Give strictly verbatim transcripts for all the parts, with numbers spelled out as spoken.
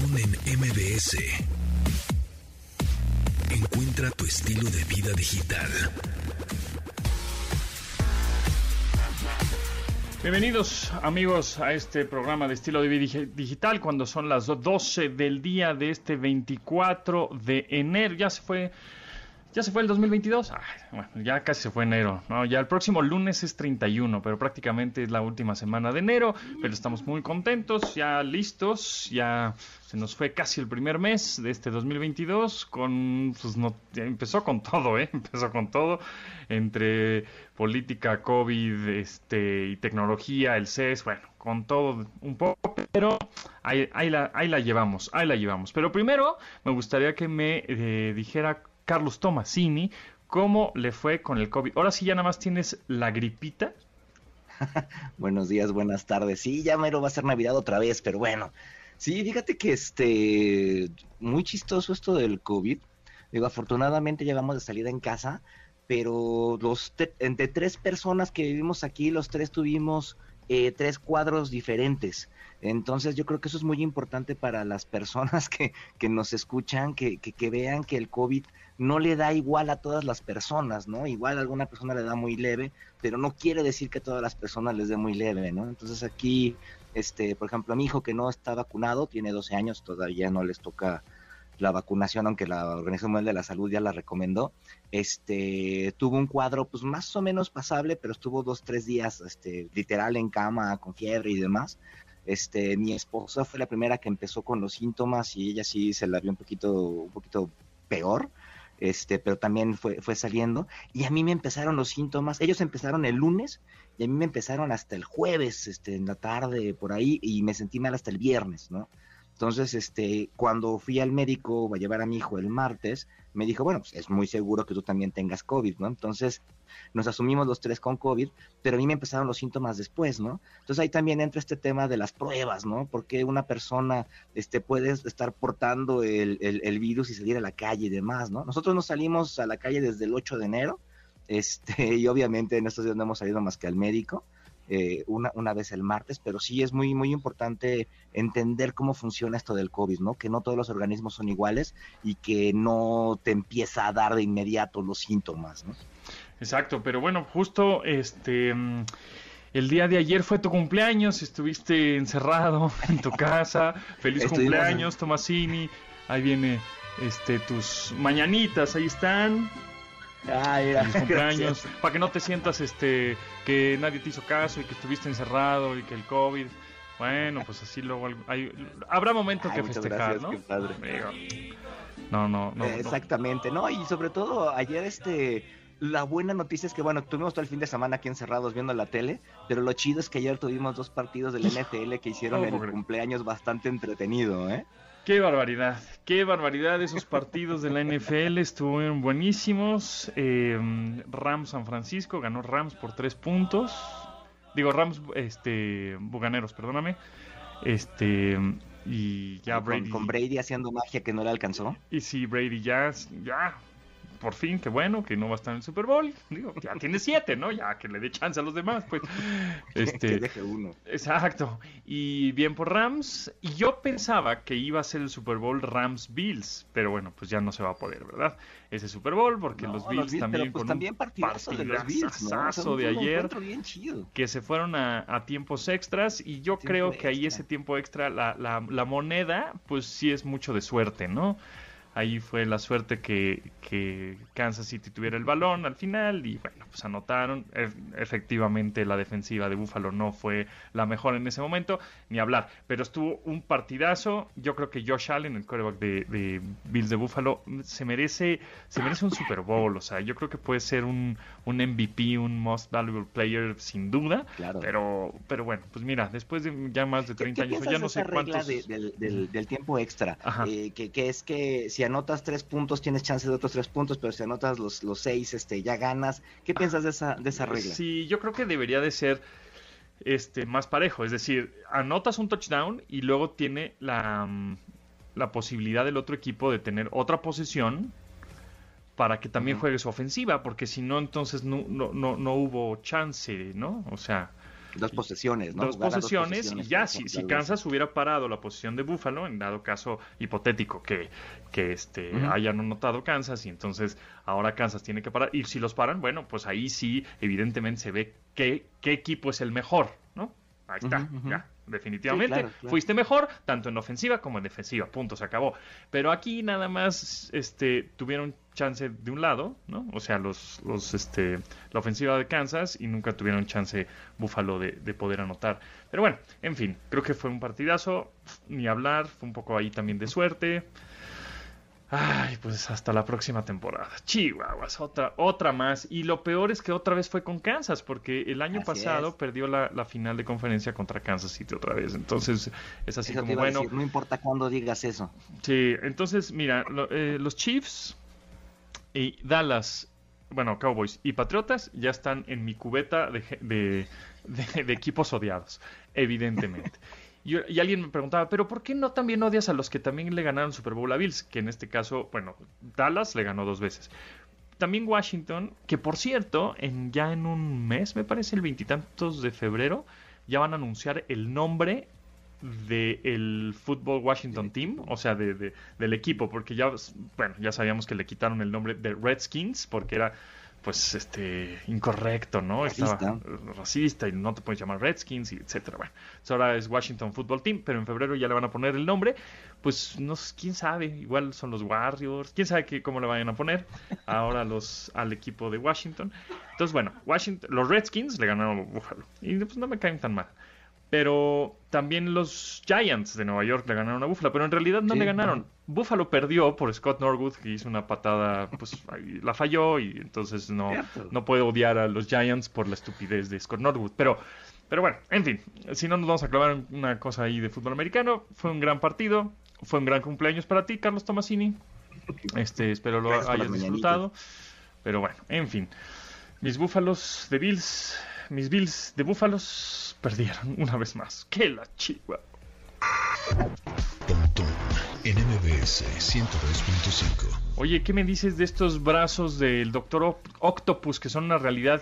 Información en M B S. Encuentra tu estilo de vida digital. Bienvenidos amigos a este programa de estilo de vida digital cuando son las doce del día de este veinticuatro de enero. Ya se fue, ya se fue el dos mil veintidós. Ay, bueno, ya casi se fue enero, ¿no? Ya el próximo lunes es treinta y uno, pero prácticamente es la última semana de enero. Pero estamos muy contentos, ya listos, ya se nos fue casi el primer mes de este dos mil veintidós. Con, pues no, empezó con todo, ¿eh? Empezó con todo. Entre política, COVID, este, y tecnología, el C E S, bueno, con todo un poco, pero ahí, ahí, la, ahí la llevamos, ahí la llevamos. Pero primero me gustaría que me eh, dijera Carlos Tomasini cómo le fue con el COVID. Ahora sí ya nada más tienes la gripita. Buenos días, buenas tardes. Sí, ya mero va a ser Navidad otra vez, pero bueno. Sí, fíjate que este, muy chistoso esto del COVID. Digo, afortunadamente llegamos de salida en casa, pero los te- entre tres personas que vivimos aquí, los tres tuvimos eh, tres cuadros diferentes. Entonces yo creo que eso es muy importante para las personas que, que nos escuchan, que, que, que vean que el COVID no le da igual a todas las personas, ¿no? Igual a alguna persona le da muy leve, pero no quiere decir que a todas las personas les dé muy leve, ¿no? Entonces aquí, este, por ejemplo, a mi hijo que no está vacunado, tiene doce años, todavía no les toca la vacunación, aunque la Organización Mundial de la Salud ya la recomendó. Este, tuvo un cuadro pues más o menos pasable, pero estuvo dos, tres días, este, literal en cama, con fiebre y demás. Este, mi esposa fue la primera que empezó con los síntomas y ella sí se la vio un poquito, un poquito peor, este, pero también fue, fue saliendo. Y a mí me empezaron los síntomas, ellos empezaron el lunes y a mí me empezaron hasta el jueves, este, en la tarde, por ahí, y me sentí mal hasta el viernes, ¿no? Entonces, este, cuando fui al médico a llevar a mi hijo el martes, me dijo, bueno, pues es muy seguro que tú también tengas COVID, ¿no? Entonces, nos asumimos los tres con COVID, pero a mí me empezaron los síntomas después, ¿no? Entonces ahí también entra este tema de las pruebas, ¿no? Porque una persona este, puede estar portando el, el, el virus y salir a la calle y demás, ¿no? Nosotros nos salimos a la calle desde el ocho de enero, este, y obviamente en estos días no hemos salido más que al médico, Eh, una, una vez el martes, pero sí es muy, muy importante entender cómo funciona esto del COVID, ¿no? Que no todos los organismos son iguales y que no te empieza a dar de inmediato los síntomas, ¿no? Exacto, pero bueno, justo este el día de ayer fue tu cumpleaños, estuviste encerrado en tu casa. Feliz Estuvimos cumpleaños, en... Tomasini. Ahí viene este tus mañanitas, ahí están. Ay, Feliz cumpleaños, para que no te sientas este que nadie te hizo caso y que estuviste encerrado y que el COVID. Bueno, pues así luego hay, habrá momentos Ay, que festejar, gracias, ¿no? qué padre. No, no, no. Eh, exactamente, ¿no? Y sobre todo ayer este la buena noticia es que, bueno, tuvimos todo el fin de semana aquí encerrados viendo la tele, pero lo chido es que ayer tuvimos dos partidos del N F L que hicieron Oh, el pobre. cumpleaños bastante entretenido, ¿eh? Qué barbaridad, qué barbaridad, esos partidos de la N F L estuvieron buenísimos. eh, Rams San Francisco, ganó Rams por tres puntos. Digo, Rams, este, Bucaneros, perdóname. Este, y ya con, Brady. con Brady haciendo magia que no le alcanzó. Y sí, Brady ya, ya, por fin, qué bueno, que no va a estar en el Super Bowl. Digo, ya tiene siete, ¿no? Ya que le dé chance a los demás, pues. Este, que deje uno. Exacto. Y bien por Rams. Y yo pensaba que iba a ser el Super Bowl Rams-Bills, pero bueno, pues ya no se va a poder, ¿verdad? Ese Super Bowl, porque No, los los Bills Bills, también pero pues con también un partidazo de los Bills, ¿no? O sea, partidazo de un ayer, encuentro bien chido. que se fueron a, a tiempos extras, y yo Tiempo creo que ahí extra. ese tiempo extra, la, la, la moneda, pues sí es mucho de suerte, ¿no? Ahí fue la suerte que, que Kansas City tuviera el balón al final y bueno, pues anotaron. E- efectivamente la defensiva de Buffalo no fue la mejor en ese momento, ni hablar, pero estuvo un partidazo. Yo creo que Josh Allen, el quarterback de, de Bills de Buffalo, se merece se merece un Super Bowl. O sea, yo creo que puede ser un, un M V P, un Most Valuable Player sin duda, Claro. pero pero bueno, pues mira, después de ya más de treinta ¿Qué, qué años, o ya no sé esa regla cuántos... de, del, del, del tiempo extra? Ajá. Eh, que, que es que si anotas tres puntos tienes chance de otros tres puntos, pero si anotas los, los seis, este, ya ganas. ¿Qué piensas de esa, de esa regla? Sí, yo creo que debería de ser este más parejo, es decir, anotas un touchdown y luego tiene la, mm, la posibilidad del otro equipo de tener otra posesión para que también Ujú. juegue su ofensiva, porque si no, entonces no, no, no, no hubo chance, ¿no? O sea, Dos posesiones, ¿no? Dos posesiones, dos posesiones y ya, si, si Kansas hubiera parado la posición de Buffalo, en dado caso hipotético que, que este, uh-huh. hayan anotado Kansas, y entonces ahora Kansas tiene que parar, y si los paran, bueno, pues ahí sí, evidentemente se ve qué, qué equipo es el mejor, ¿no? Ahí está, uh-huh, uh-huh. ya, definitivamente. Sí, claro, claro. Fuiste mejor, tanto en ofensiva como en defensiva, punto, se acabó. Pero aquí nada más este, tuvieron chance de un lado, ¿no? O sea, los, los, este, la ofensiva de Kansas, y nunca tuvieron chance Buffalo de, de poder anotar. Pero bueno, en fin, creo que fue un partidazo, ni hablar, fue un poco ahí también de suerte. Ay, pues hasta la próxima temporada. Chihuahuas, otra, otra más. Y lo peor es que otra vez fue con Kansas, porque el año así pasado es. perdió la, la final de conferencia contra Kansas City otra vez. Entonces, es así eso como bueno. Decir, no importa cuándo digas eso. Sí, entonces, mira, lo, eh, los Chiefs y Dallas, bueno, Cowboys y Patriotas ya están en mi cubeta de, de, de, de equipos odiados, evidentemente. Y, y alguien me preguntaba, ¿pero por qué no también odias a los que también le ganaron Super Bowl a Bills? Que en este caso, bueno, Dallas le ganó dos veces. También Washington, que por cierto, en ya en un mes, me parece el veintitantos de febrero, ya van a anunciar el nombre del Football Washington Team, o sea, de, de, del equipo, porque ya, bueno, ya sabíamos que le quitaron el nombre de Redskins, porque era pues este incorrecto, ¿no? Racista. Estaba racista y no te puedes llamar Redskins, y etcétera. Bueno, ahora es Washington Football Team, pero en febrero ya le van a poner el nombre. Pues no, quién sabe, igual son los Warriors, quién sabe qué, cómo le vayan a poner ahora los al equipo de Washington. Entonces, bueno, Washington, los Redskins le ganaron a Buffalo y pues no me caen tan mal. Pero también los Giants de Nueva York le ganaron a Buffalo, pero en realidad no sí, le ganaron. No. Buffalo perdió por Scott Norwood, que hizo una patada, pues la falló, y entonces no, no puede odiar a los Giants por la estupidez de Scott Norwood. Pero, pero bueno, en fin, si no nos vamos a clavar en una cosa ahí de fútbol americano. Fue un gran partido, fue un gran cumpleaños para ti, Carlos Tomasini. Este, espero lo Gracias hayas disfrutado. Pero bueno, en fin, mis Búfalos de Bills... Mis Bills de Búfalos perdieron una vez más. ¡Qué la chigua! Pontón en M B S ciento dos punto cinco. Oye, ¿qué me dices de estos brazos del Doctor Octopus que son una realidad?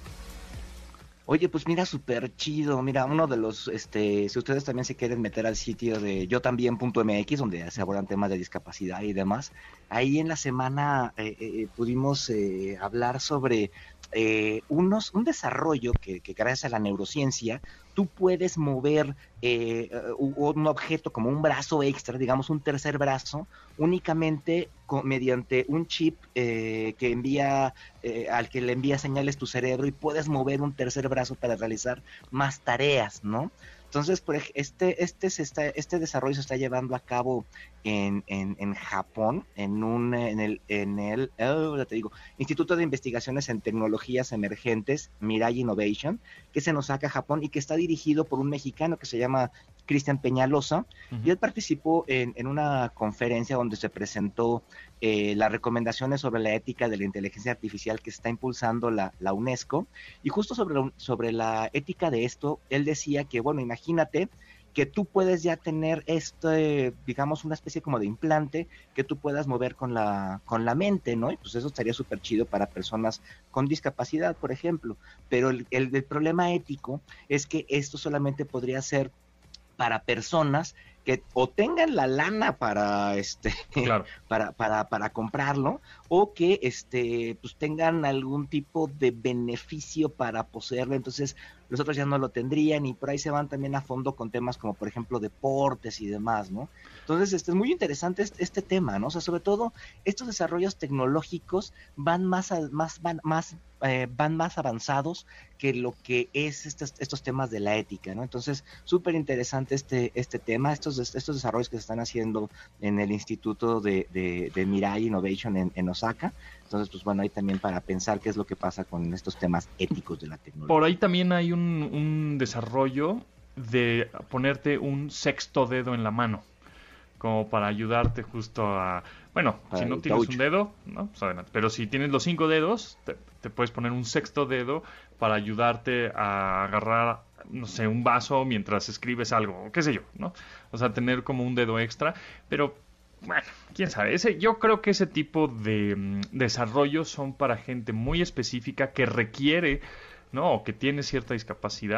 Oye, pues mira, súper chido. Mira, uno de los, este, si ustedes también se quieren meter al sitio de yo también punto m x, donde se abordan temas de discapacidad y demás, ahí en la semana eh, eh, pudimos eh, hablar sobre eh, unos, un desarrollo que, que gracias a la neurociencia tú puedes mover eh, un objeto como un brazo extra, digamos un tercer brazo, únicamente con, mediante un chip eh, que envía, eh, al que le envía señales tu cerebro, y puedes mover un tercer brazo para realizar más tareas, ¿no? Entonces, por ejemplo, este, este, se está, este desarrollo se está llevando a cabo en, en, en Japón, en un, en el, en el oh, ya te digo, Instituto de Investigaciones en Tecnologías Emergentes, Mirai Innovation, que se nos saca a Japón y que está dirigido por un mexicano que se llama Cristian Peñalosa, uh-huh. y él participó en, en una conferencia donde se presentó eh, las recomendaciones sobre la ética de la inteligencia artificial que está impulsando la, la UNESCO, y justo sobre la, sobre la ética de esto, él decía que, bueno, imagínate que tú puedes ya tener este, digamos, una especie como de implante que tú puedas mover con la, con la mente, ¿no? Y pues eso estaría súper chido para personas con discapacidad, por ejemplo. Pero el, el, el problema ético es que esto solamente podría ser para personas que o tengan la lana para este claro. para, para, para comprarlo, o que este pues tengan algún tipo de beneficio para poseerlo. Entonces los otros ya no lo tendrían, y por ahí se van también a fondo con temas como por ejemplo deportes y demás, ¿no? Entonces este es muy interesante este, este tema, ¿no? O sea, sobre todo estos desarrollos tecnológicos van más a, más van más eh, van más avanzados que lo que es estos, estos temas de la ética, ¿no? Entonces súper interesante este este tema, estos estos desarrollos que se están haciendo en el Instituto de, de, de Mirai Innovation en, en Osaka. Entonces, pues bueno, ahí también para pensar qué es lo que pasa con estos temas éticos de la tecnología. Por ahí también hay un, un desarrollo de ponerte un sexto dedo en la mano, como para ayudarte justo a... Bueno, para si no tienes touch. un dedo, ¿no? Pues adelante. Pero si tienes los cinco dedos, te, te puedes poner un sexto dedo para ayudarte a agarrar, no sé, un vaso mientras escribes algo, qué sé yo, ¿no? O sea, tener como un dedo extra, pero... Bueno, quién sabe, ese, yo creo que ese tipo de um, desarrollos son para gente muy específica que requiere, ¿no? O que tiene cierta discapacidad,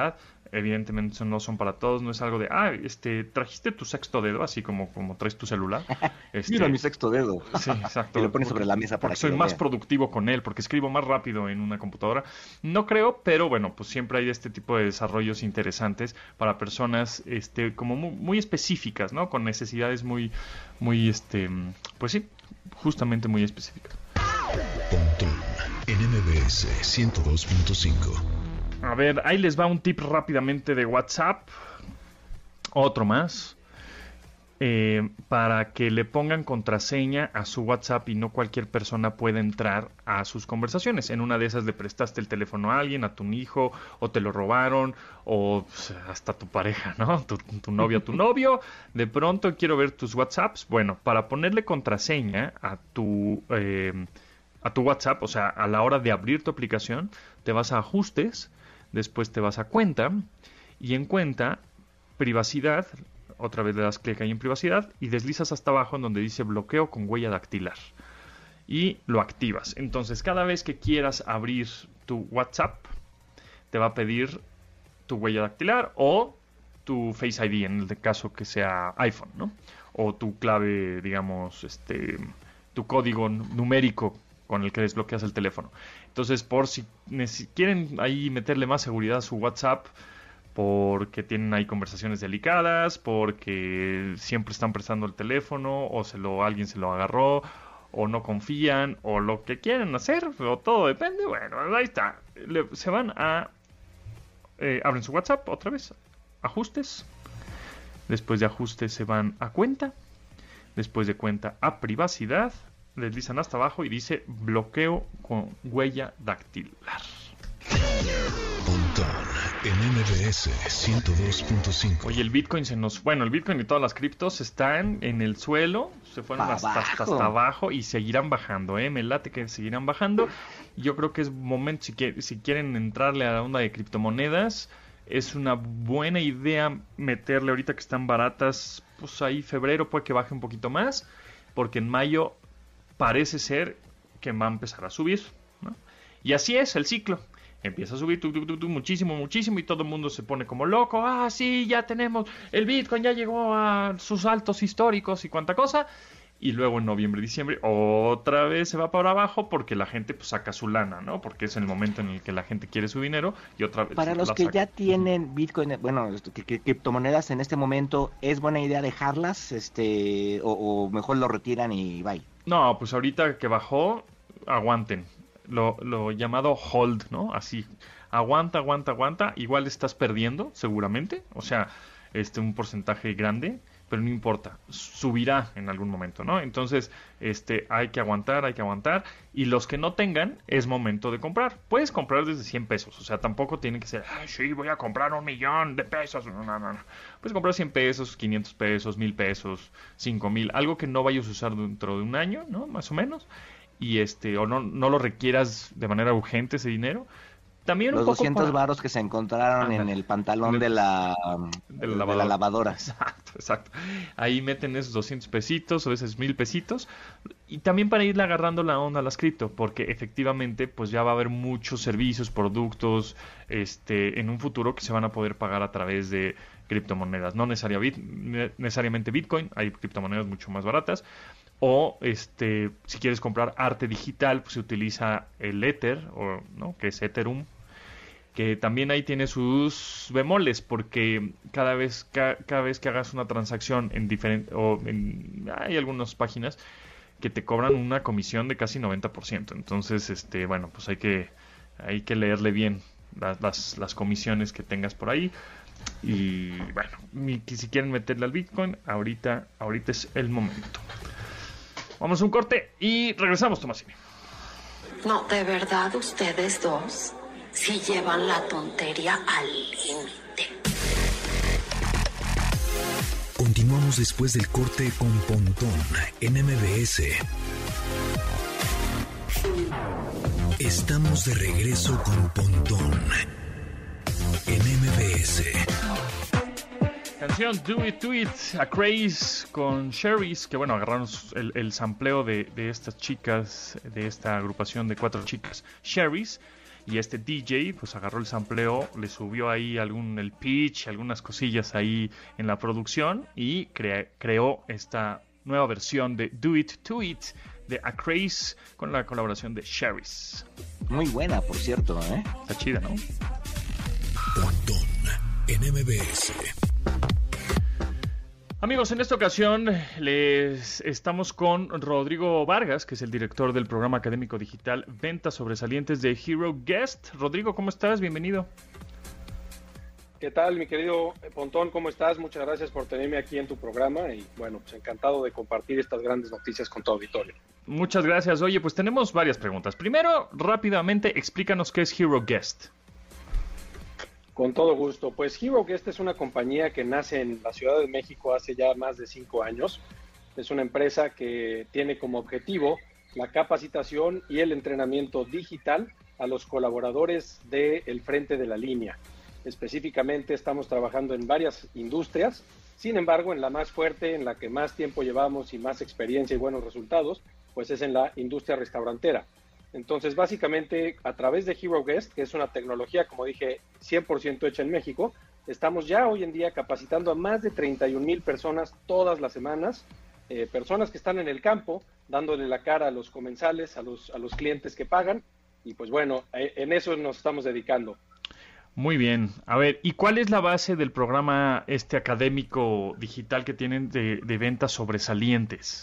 Evidentemente no son para todos, no es algo de, ah, este, trajiste tu sexto dedo, así como, como traes tu celular. Este, Mira mi sexto dedo. Sí, exacto. Y lo pones sobre la mesa para porque que soy lo más vean. productivo con él, porque escribo más rápido en una computadora. No creo, pero bueno, pues siempre hay este tipo de desarrollos interesantes para personas, este, como muy, muy específicas, ¿no? Con necesidades muy, muy, este, pues sí, justamente muy específicas. Pontón en M B S ciento dos punto cinco. A ver, ahí les va un tip rápidamente de WhatsApp. Otro más. Eh, para que le pongan contraseña a su WhatsApp y no cualquier persona pueda entrar a sus conversaciones. En una de esas le prestaste el teléfono a alguien, a tu hijo, o te lo robaron, o pues, hasta tu pareja, ¿no? Tu, tu novia, tu novio. De pronto quiero ver tus WhatsApps. Bueno, para ponerle contraseña a tu... Eh, a tu WhatsApp, o sea, a la hora de abrir tu aplicación, te vas a ajustes, después te vas a cuenta, y en cuenta, privacidad, otra vez le das clic ahí en privacidad, y deslizas hasta abajo en donde dice bloqueo con huella dactilar. Y lo activas. Entonces, cada vez que quieras abrir tu WhatsApp, te va a pedir tu huella dactilar o tu Face I D, en el caso que sea iPhone, ¿no? O tu clave, digamos, este, tu código numérico con el que desbloqueas el teléfono. Entonces, por si quieren ahí meterle más seguridad a su WhatsApp, porque tienen ahí conversaciones delicadas, porque siempre están prestando el teléfono, o se lo, alguien se lo agarró, o no confían, o lo que quieren hacer, o todo depende, bueno, ahí está. Le, se van a... Eh, abren su WhatsApp otra vez, ajustes, después de ajustes se van a cuenta, después de cuenta a privacidad, deslizan hasta abajo y dice bloqueo con huella dactilar. Pontón en M B S ciento dos punto cinco. Oye, el Bitcoin se nos... Bueno, el Bitcoin y todas las criptos están en el suelo, se fueron Pa hasta, hasta, hasta abajo y seguirán bajando, ¿eh? Me late que seguirán bajando. Yo creo que es momento, si, que, si quieren entrarle a la onda de criptomonedas, es una buena idea meterle ahorita que están baratas, pues ahí febrero puede que baje un poquito más, porque en mayo parece ser que va a empezar a subir, ¿no? Y así es el ciclo. Empieza a subir tu, tu, tu, tu, muchísimo, muchísimo y todo el mundo se pone como loco. Ah, sí, ya tenemos, el Bitcoin ya llegó a sus altos históricos y cuánta cosa. Y luego en noviembre, diciembre, otra vez se va para abajo porque la gente pues saca su lana, ¿no? Porque es el momento en el que la gente quiere su dinero y otra vez Para los la que saca. ya tienen Bitcoin, bueno, que, que, criptomonedas en este momento, ¿es buena idea dejarlas este o, o mejor lo retiran y bye? No, pues ahorita que bajó, aguanten. Lo, lo llamado hold, ¿no? Así, aguanta, aguanta, aguanta. Igual estás perdiendo, seguramente. O sea, este un porcentaje grande, pero no importa. Subirá en algún momento, ¿no? Entonces, este, hay que aguantar, hay que aguantar. Y los que no tengan, es momento de comprar. Puedes comprar desde cien pesos. O sea, tampoco tiene que ser, ay, sí, voy a comprar un millón de pesos. No, no, no. Puedes comprar cien pesos, quinientos pesos, mil pesos, cinco mil. Algo que no vayas a usar dentro de un año, ¿no? Más o menos. Y este, o no, no lo requieras de manera urgente ese dinero. También Los un poco doscientos para... varos que se encontraron Ándale. en el pantalón de la, de de la la lavadora. lavadora. Exacto, exacto. Ahí meten esos doscientos pesitos o esos mil pesitos. Y también para irle agarrando la onda a las cripto, porque efectivamente pues ya va a haber muchos servicios, productos, este, en un futuro que se van a poder pagar a través de criptomonedas. No necesaria bit, necesariamente Bitcoin, hay criptomonedas mucho más baratas. O este, si quieres comprar arte digital, pues se utiliza el Ether, o, ¿no? Que es Ethereum, que también ahí tiene sus bemoles, porque cada vez, ca, cada vez que hagas una transacción en diferente, o en, hay algunas páginas que te cobran una comisión de casi noventa por ciento. Entonces, este, bueno, pues hay que, hay que leerle bien las, las, las comisiones que tengas por ahí. Y bueno, si quieren meterle al Bitcoin, ahorita, ahorita es el momento. Vamos a un corte y regresamos, Tomasini. No, de verdad, ustedes dos sí llevan la tontería al límite. Continuamos después del corte con Pontón en M B S. Estamos de regreso con Pontón en M B S. Canción Do It, Do It, a Craze con Sherry's, que bueno, agarraron el, el sampleo de, de estas chicas, de esta agrupación de cuatro chicas, Sherry's, y este D J pues agarró el sampleo, le subió ahí algún el pitch, algunas cosillas ahí en la producción y cre- creó esta nueva versión de Do It To It de A Craze con la colaboración de Sherry's. Muy buena, por cierto, ¿eh? Está chida, ¿no? Pontón en M B S. Amigos, en esta ocasión les estamos con Rodrigo Vargas, que es el director del programa académico digital Ventas Sobresalientes de Hero Guest. Rodrigo, ¿cómo estás? Bienvenido. ¿Qué tal, mi querido Pontón? ¿Cómo estás? Muchas gracias por tenerme aquí en tu programa y, bueno, pues encantado de compartir estas grandes noticias con tu auditorio. Muchas gracias. Oye, pues tenemos varias preguntas. Primero, rápidamente, explícanos qué es Hero Guest. Con todo gusto. Pues Hero Guest es una compañía que nace en la Ciudad de México hace ya más de cinco años. Es una empresa que tiene como objetivo la capacitación y el entrenamiento digital a los colaboradores del frente de la línea. Específicamente estamos trabajando en varias industrias, sin embargo, en la más fuerte, en la que más tiempo llevamos y más experiencia y buenos resultados, pues es en la industria restaurantera. Entonces, básicamente, a través de Hero Guest, que es una tecnología, como dije, cien por ciento hecha en México, estamos ya hoy en día capacitando a más de treinta y un mil personas todas las semanas, eh, personas que están en el campo, dándole la cara a los comensales, a los, a los clientes que pagan, y pues bueno, eh, en eso nos estamos dedicando. Muy bien. A ver, ¿y cuál es la base del programa este académico digital que tienen de, de ventas sobresalientes?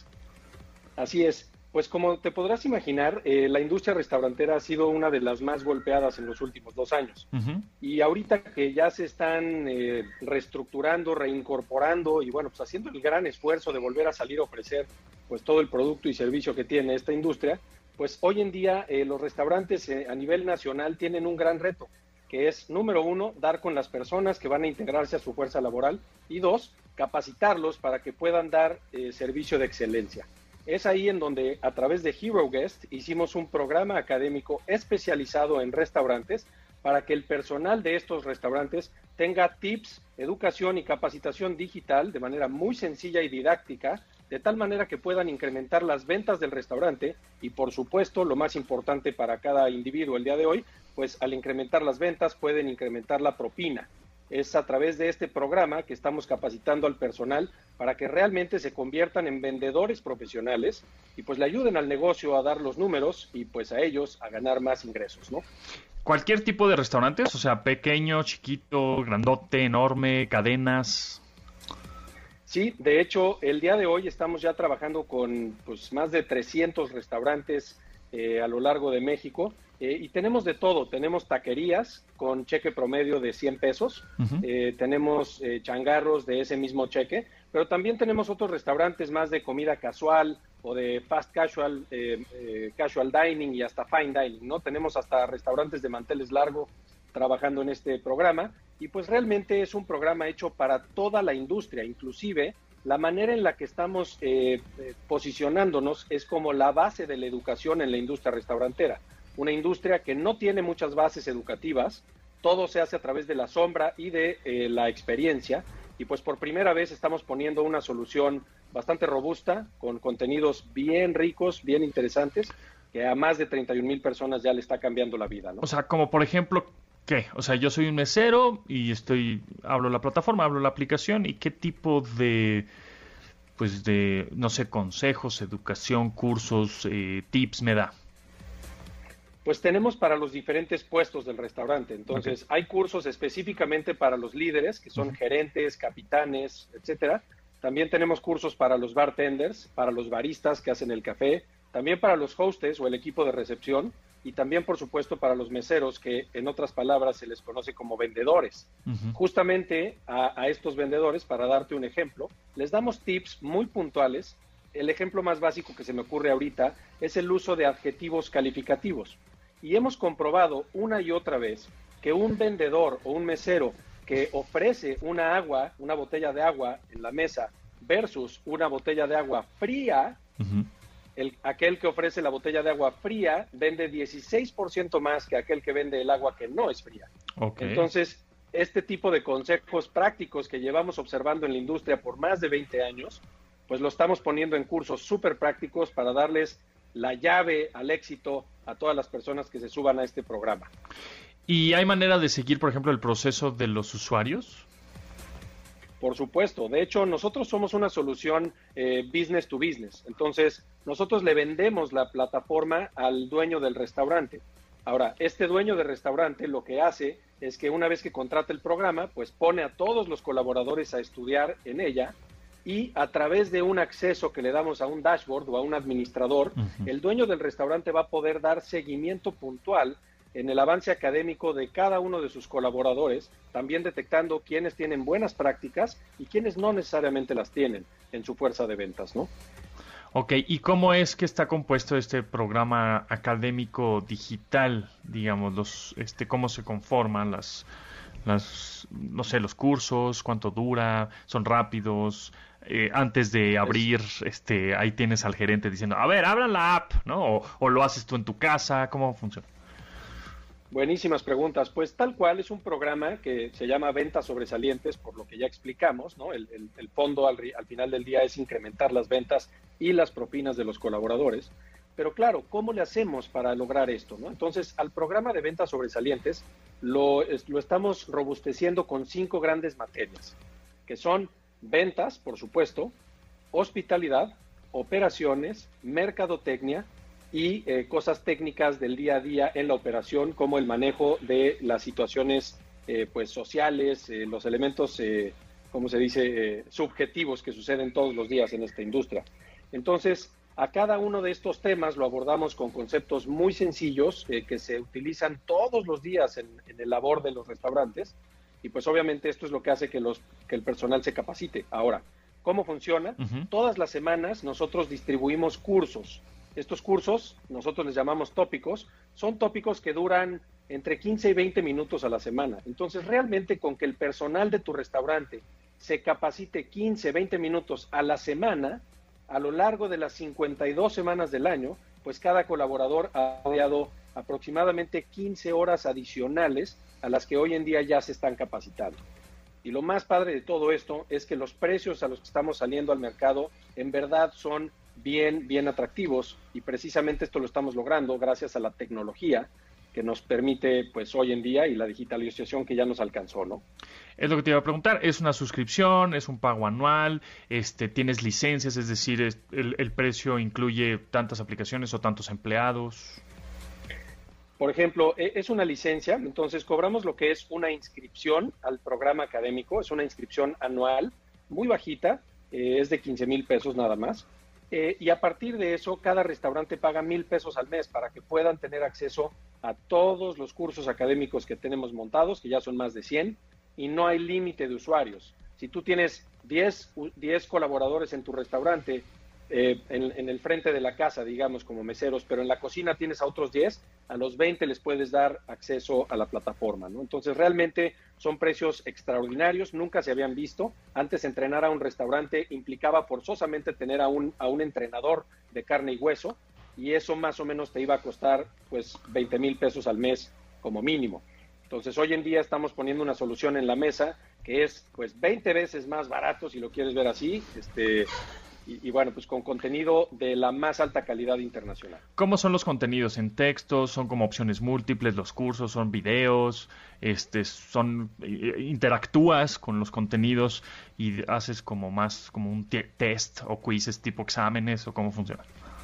Así es. Pues como te podrás imaginar, eh, la industria restaurantera ha sido una de las más golpeadas en los últimos dos años. Uh-huh. Y ahorita que ya se están eh, reestructurando, reincorporando y bueno, pues haciendo el gran esfuerzo de volver a salir a ofrecer pues todo el producto y servicio que tiene esta industria, pues hoy en día eh, los restaurantes eh, a nivel nacional tienen un gran reto, que es, número uno, dar con las personas que van a integrarse a su fuerza laboral y dos, capacitarlos para que puedan dar eh, servicio de excelencia. Es ahí en donde, a través de Hero Guest, hicimos un programa académico especializado en restaurantes para que el personal de estos restaurantes tenga tips, educación y capacitación digital de manera muy sencilla y didáctica, de tal manera que puedan incrementar las ventas del restaurante y, por supuesto, lo más importante para cada individuo el día de hoy, pues al incrementar las ventas pueden incrementar la propina. Es a través de este programa que estamos capacitando al personal para que realmente se conviertan en vendedores profesionales y pues le ayuden al negocio a dar los números y pues a ellos a ganar más ingresos, ¿no? ¿Cualquier tipo de restaurantes? O sea, pequeño, chiquito, grandote, enorme, cadenas. Sí, de hecho, el día de hoy estamos ya trabajando con pues más de trescientos restaurantes eh, a lo largo de México. Eh, y tenemos de todo, tenemos taquerías con cheque promedio de cien pesos, uh-huh. eh, tenemos eh, changarros de ese mismo cheque, pero también tenemos otros restaurantes más de comida casual o de fast casual, eh, eh, casual dining y hasta fine dining, ¿no? Tenemos hasta restaurantes de manteles largos trabajando en este programa y pues realmente es un programa hecho para toda la industria, inclusive la manera en la que estamos eh, eh, posicionándonos es como la base de la educación en la industria restaurantera. Una industria que no tiene muchas bases educativas, todo se hace a través de la sombra y de eh, la experiencia, y pues por primera vez estamos poniendo una solución bastante robusta, con contenidos bien ricos, bien interesantes, que a más de treinta y un mil personas ya le está cambiando la vida, ¿no? O sea, como por ejemplo, ¿qué? O sea, yo soy un mesero y estoy, hablo la plataforma, hablo la aplicación, ¿y qué tipo de, pues de, no sé, consejos, educación, cursos, eh, tips me da? Pues tenemos para los diferentes puestos del restaurante. Entonces, okay. Hay cursos específicamente para los líderes, que son uh-huh. gerentes, capitanes, etcétera. También tenemos cursos para los bartenders, para los baristas que hacen el café, también para los hostes o el equipo de recepción, y también, por supuesto, para los meseros, que en otras palabras se les conoce como vendedores. Uh-huh. Justamente a, a estos vendedores, para darte un ejemplo, les damos tips muy puntuales. El ejemplo más básico que se me ocurre ahorita es el uso de adjetivos calificativos. Y hemos comprobado una y otra vez que un vendedor o un mesero que ofrece una agua, una botella de agua en la mesa versus una botella de agua fría, uh-huh. el, aquel que ofrece la botella de agua fría vende dieciséis por ciento más que aquel que vende el agua que no es fría. Okay. Entonces, este tipo de consejos prácticos que llevamos observando en la industria por más de veinte años, pues lo estamos poniendo en cursos súper prácticos para darles la llave al éxito a todas las personas que se suban a este programa. ¿Y hay manera de seguir, por ejemplo, el proceso de los usuarios? Por supuesto. De hecho, nosotros somos una solución eh, business to business. Entonces, nosotros le vendemos la plataforma al dueño del restaurante. Ahora, este dueño del restaurante lo que hace es que una vez que contrata el programa, pues pone a todos los colaboradores a estudiar en ella y a través de un acceso que le damos a un dashboard o a un administrador, uh-huh. el dueño del restaurante va a poder dar seguimiento puntual en el avance académico de cada uno de sus colaboradores, también detectando quiénes tienen buenas prácticas y quiénes no necesariamente las tienen en su fuerza de ventas, ¿no? Ok, ¿y cómo es que está compuesto este programa académico digital? Digamos, los, este, ¿cómo se conforman las, las, no sé, los cursos? ¿Cuánto dura? ¿Son rápidos? Eh, antes de abrir, este, ahí tienes al gerente diciendo, a ver, abran la app, ¿no? O, o lo haces tú en tu casa, ¿cómo funciona? Buenísimas preguntas. Pues tal cual es un programa que se llama Ventas Sobresalientes, por lo que ya explicamos, ¿no? El, el, el fondo al, al final del día es incrementar las ventas y las propinas de los colaboradores. Pero claro, ¿cómo le hacemos para lograr esto, ¿no? Entonces, al programa de Ventas Sobresalientes lo, es, lo estamos robusteciendo con cinco grandes materias, que son ventas, por supuesto, hospitalidad, operaciones, mercadotecnia, y eh, cosas técnicas del día a día en la operación, como el manejo de las situaciones eh, pues sociales, eh, los elementos, eh, ¿cómo se dice?, eh, subjetivos que suceden todos los días en esta industria. Entonces, a cada uno de estos temas lo abordamos con conceptos muy sencillos eh, que se utilizan todos los días en, en el labor de los restaurantes, y pues obviamente esto es lo que hace que, los, que el personal se capacite. Ahora, ¿cómo funciona? Uh-huh. Todas las semanas nosotros distribuimos cursos. Estos cursos, nosotros les llamamos tópicos, son tópicos que duran entre quince y veinte minutos a la semana. Entonces, realmente con que el personal de tu restaurante se capacite quince, veinte minutos a la semana, a lo largo de las cincuenta y dos semanas del año, pues cada colaborador ha dado aproximadamente quince horas adicionales a las que hoy en día ya se están capacitando. Y lo más padre de todo esto es que los precios a los que estamos saliendo al mercado en verdad son bien, bien atractivos, y precisamente esto lo estamos logrando gracias a la tecnología que nos permite, pues, hoy en día, y la digitalización que ya nos alcanzó, ¿no? Es lo que te iba a preguntar. ¿Es una suscripción? ¿Es un pago anual? Este, ¿tienes licencias? Es decir, es, el, el precio incluye tantas aplicaciones o tantos empleados. Por ejemplo, es una licencia, entonces cobramos lo que es una inscripción al programa académico. Es una inscripción anual muy bajita, eh, es de quince mil pesos nada más. Eh, y a partir de eso, cada restaurante paga mil pesos al mes para que puedan tener acceso a todos los cursos académicos que tenemos montados, que ya son más de cien, y no hay límite de usuarios. Si tú tienes diez, diez colaboradores en tu restaurante, eh, en, en el frente de la casa, digamos, como meseros, pero en la cocina tienes a otros diez, a los veinte les puedes dar acceso a la plataforma, ¿no? Entonces, realmente son precios extraordinarios, nunca se habían visto. Antes, entrenar a un restaurante implicaba forzosamente tener a un, a un entrenador de carne y hueso, y eso más o menos te iba a costar, pues, veinte mil pesos al mes como mínimo. Entonces, hoy en día estamos poniendo una solución en la mesa que es, pues, veinte veces más barato, si lo quieres ver así, este... Y, y bueno, pues con contenido de la más alta calidad internacional. ¿Cómo son los contenidos? ¿En textos? ¿Son como opciones múltiples los cursos? ¿Son videos? Este, son ¿Interactúas con los contenidos y haces como más como un t- test o quizzes tipo exámenes? ¿O cómo funciona?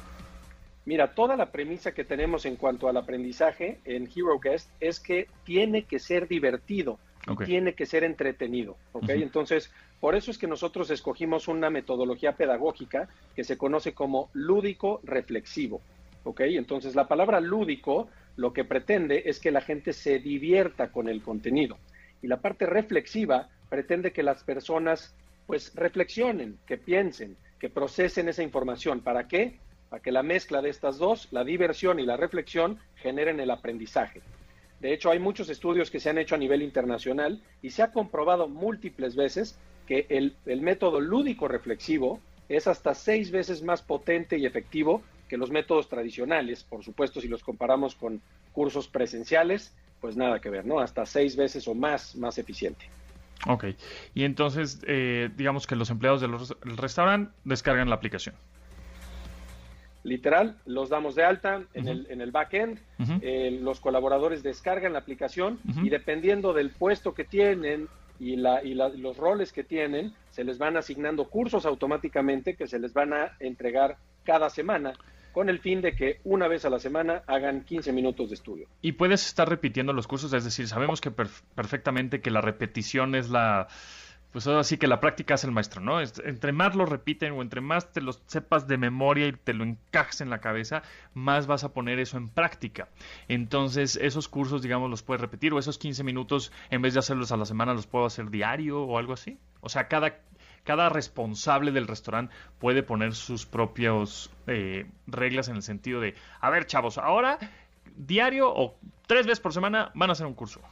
Mira, toda la premisa que tenemos en cuanto al aprendizaje en HeroGuest es que tiene que ser divertido. Okay. Tiene que ser entretenido, ¿ok? Uh-huh. Entonces, por eso es que nosotros escogimos una metodología pedagógica que se conoce como lúdico reflexivo, ¿ok? Entonces, la palabra lúdico lo que pretende es que la gente se divierta con el contenido, y la parte reflexiva pretende que las personas, pues, reflexionen, que piensen, que procesen esa información. ¿Para qué? Para que la mezcla de estas dos, la diversión y la reflexión, generen el aprendizaje. De hecho, hay muchos estudios que se han hecho a nivel internacional y se ha comprobado múltiples veces que el, el método lúdico reflexivo es hasta seis veces más potente y efectivo que los métodos tradicionales. Por supuesto, si los comparamos con cursos presenciales, pues nada que ver, ¿no? Hasta seis veces o más, más eficiente. Ok. Y entonces, eh, digamos que los empleados del restaurante descargan la aplicación. literal, los damos de alta en, uh-huh. el, en el back-end, uh-huh. eh, los colaboradores descargan la aplicación uh-huh. y dependiendo del puesto que tienen y, la, y la, los roles que tienen, se les van asignando cursos automáticamente que se les van a entregar cada semana, con el fin de que una vez a la semana hagan quince minutos de estudio. Y puedes estar repitiendo los cursos, es decir, sabemos que perf- perfectamente que la repetición es la... Pues ahora sí que la práctica es el maestro, ¿no? Entre más lo repiten o entre más te los sepas de memoria y te lo encajes en la cabeza, más vas a poner eso en práctica. Entonces, esos cursos, digamos, los puedes repetir, o esos quince minutos, en vez de hacerlos a la semana, los puedo hacer diario o algo así. O sea, cada, cada responsable del restaurante puede poner sus propias eh, reglas en el sentido de, a ver, chavos, ahora diario o tres veces por semana van a hacer un curso.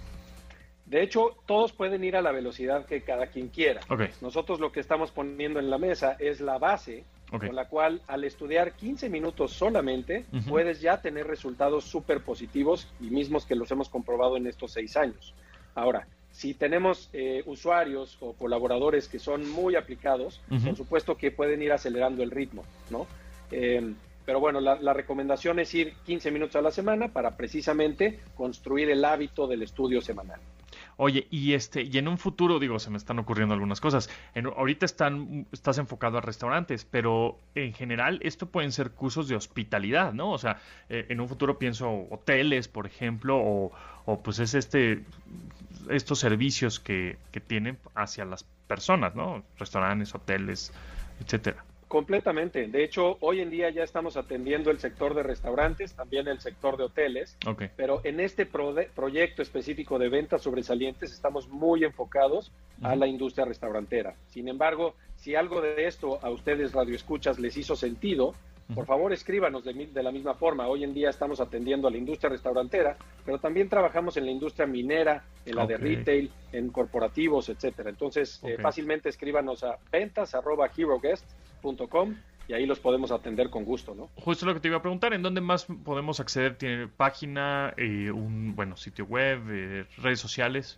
De hecho, todos pueden ir a la velocidad que cada quien quiera. Okay. Nosotros lo que estamos poniendo en la mesa es la base, okay, con la cual al estudiar quince minutos solamente, uh-huh, puedes ya tener resultados súper positivos y mismos que los hemos comprobado en estos seis años. Ahora, si tenemos eh, usuarios o colaboradores que son muy aplicados, uh-huh, por supuesto que pueden ir acelerando el ritmo, ¿no? Eh, Pero bueno, la, la recomendación es ir quince minutos a la semana para precisamente construir el hábito del estudio semanal. Oye, y este, y en un futuro, digo, se me están ocurriendo algunas cosas. En, ahorita están, estás enfocado a restaurantes, pero en general esto pueden ser cursos de hospitalidad, ¿no? O sea, eh, en un futuro pienso hoteles, por ejemplo, o, o pues es este, estos servicios que, que tienen hacia las personas, ¿no? Restaurantes, hoteles, etcétera. Completamente. De hecho, hoy en día ya estamos atendiendo el sector de restaurantes, también el sector de hoteles, okay, pero en este pro- proyecto específico de ventas sobresalientes estamos muy enfocados uh-huh, a la industria restaurantera. Sin embargo, si algo de esto a ustedes radioescuchas les hizo sentido, uh-huh, por favor escríbanos de, de la misma forma. Hoy en día estamos atendiendo a la industria restaurantera, pero también trabajamos en la industria minera, en la okay, de retail, en corporativos, etcétera. Entonces, okay, eh, fácilmente escríbanos a ventas arroba hero guest punto com y ahí los podemos atender con gusto, ¿no? Justo lo que te iba a preguntar, ¿en dónde más podemos acceder? ¿Tiene página, eh, un bueno sitio web, eh, redes sociales?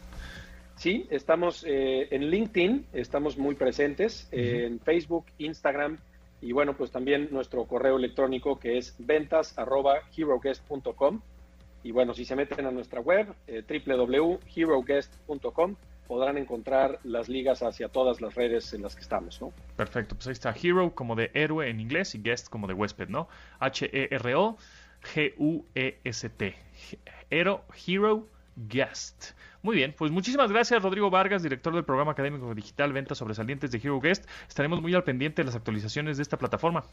Sí, estamos eh, en LinkedIn, estamos muy presentes, uh-huh, eh, en Facebook, Instagram y bueno, pues también nuestro correo electrónico que es ventas arroba hero guest punto com y bueno, si se meten a nuestra web eh, doble u doble u doble u punto hero guest punto com podrán encontrar las ligas hacia todas las redes en las que estamos, ¿no? Perfecto, pues ahí está Hero como de héroe en inglés y Guest como de huésped, ¿no? H E R O G U E S T. Hero, Hero Guest. Muy bien, pues muchísimas gracias Rodrigo Vargas, director del programa académico digital Ventas Sobresalientes de Hero Guest. Estaremos muy al pendiente de las actualizaciones de esta plataforma.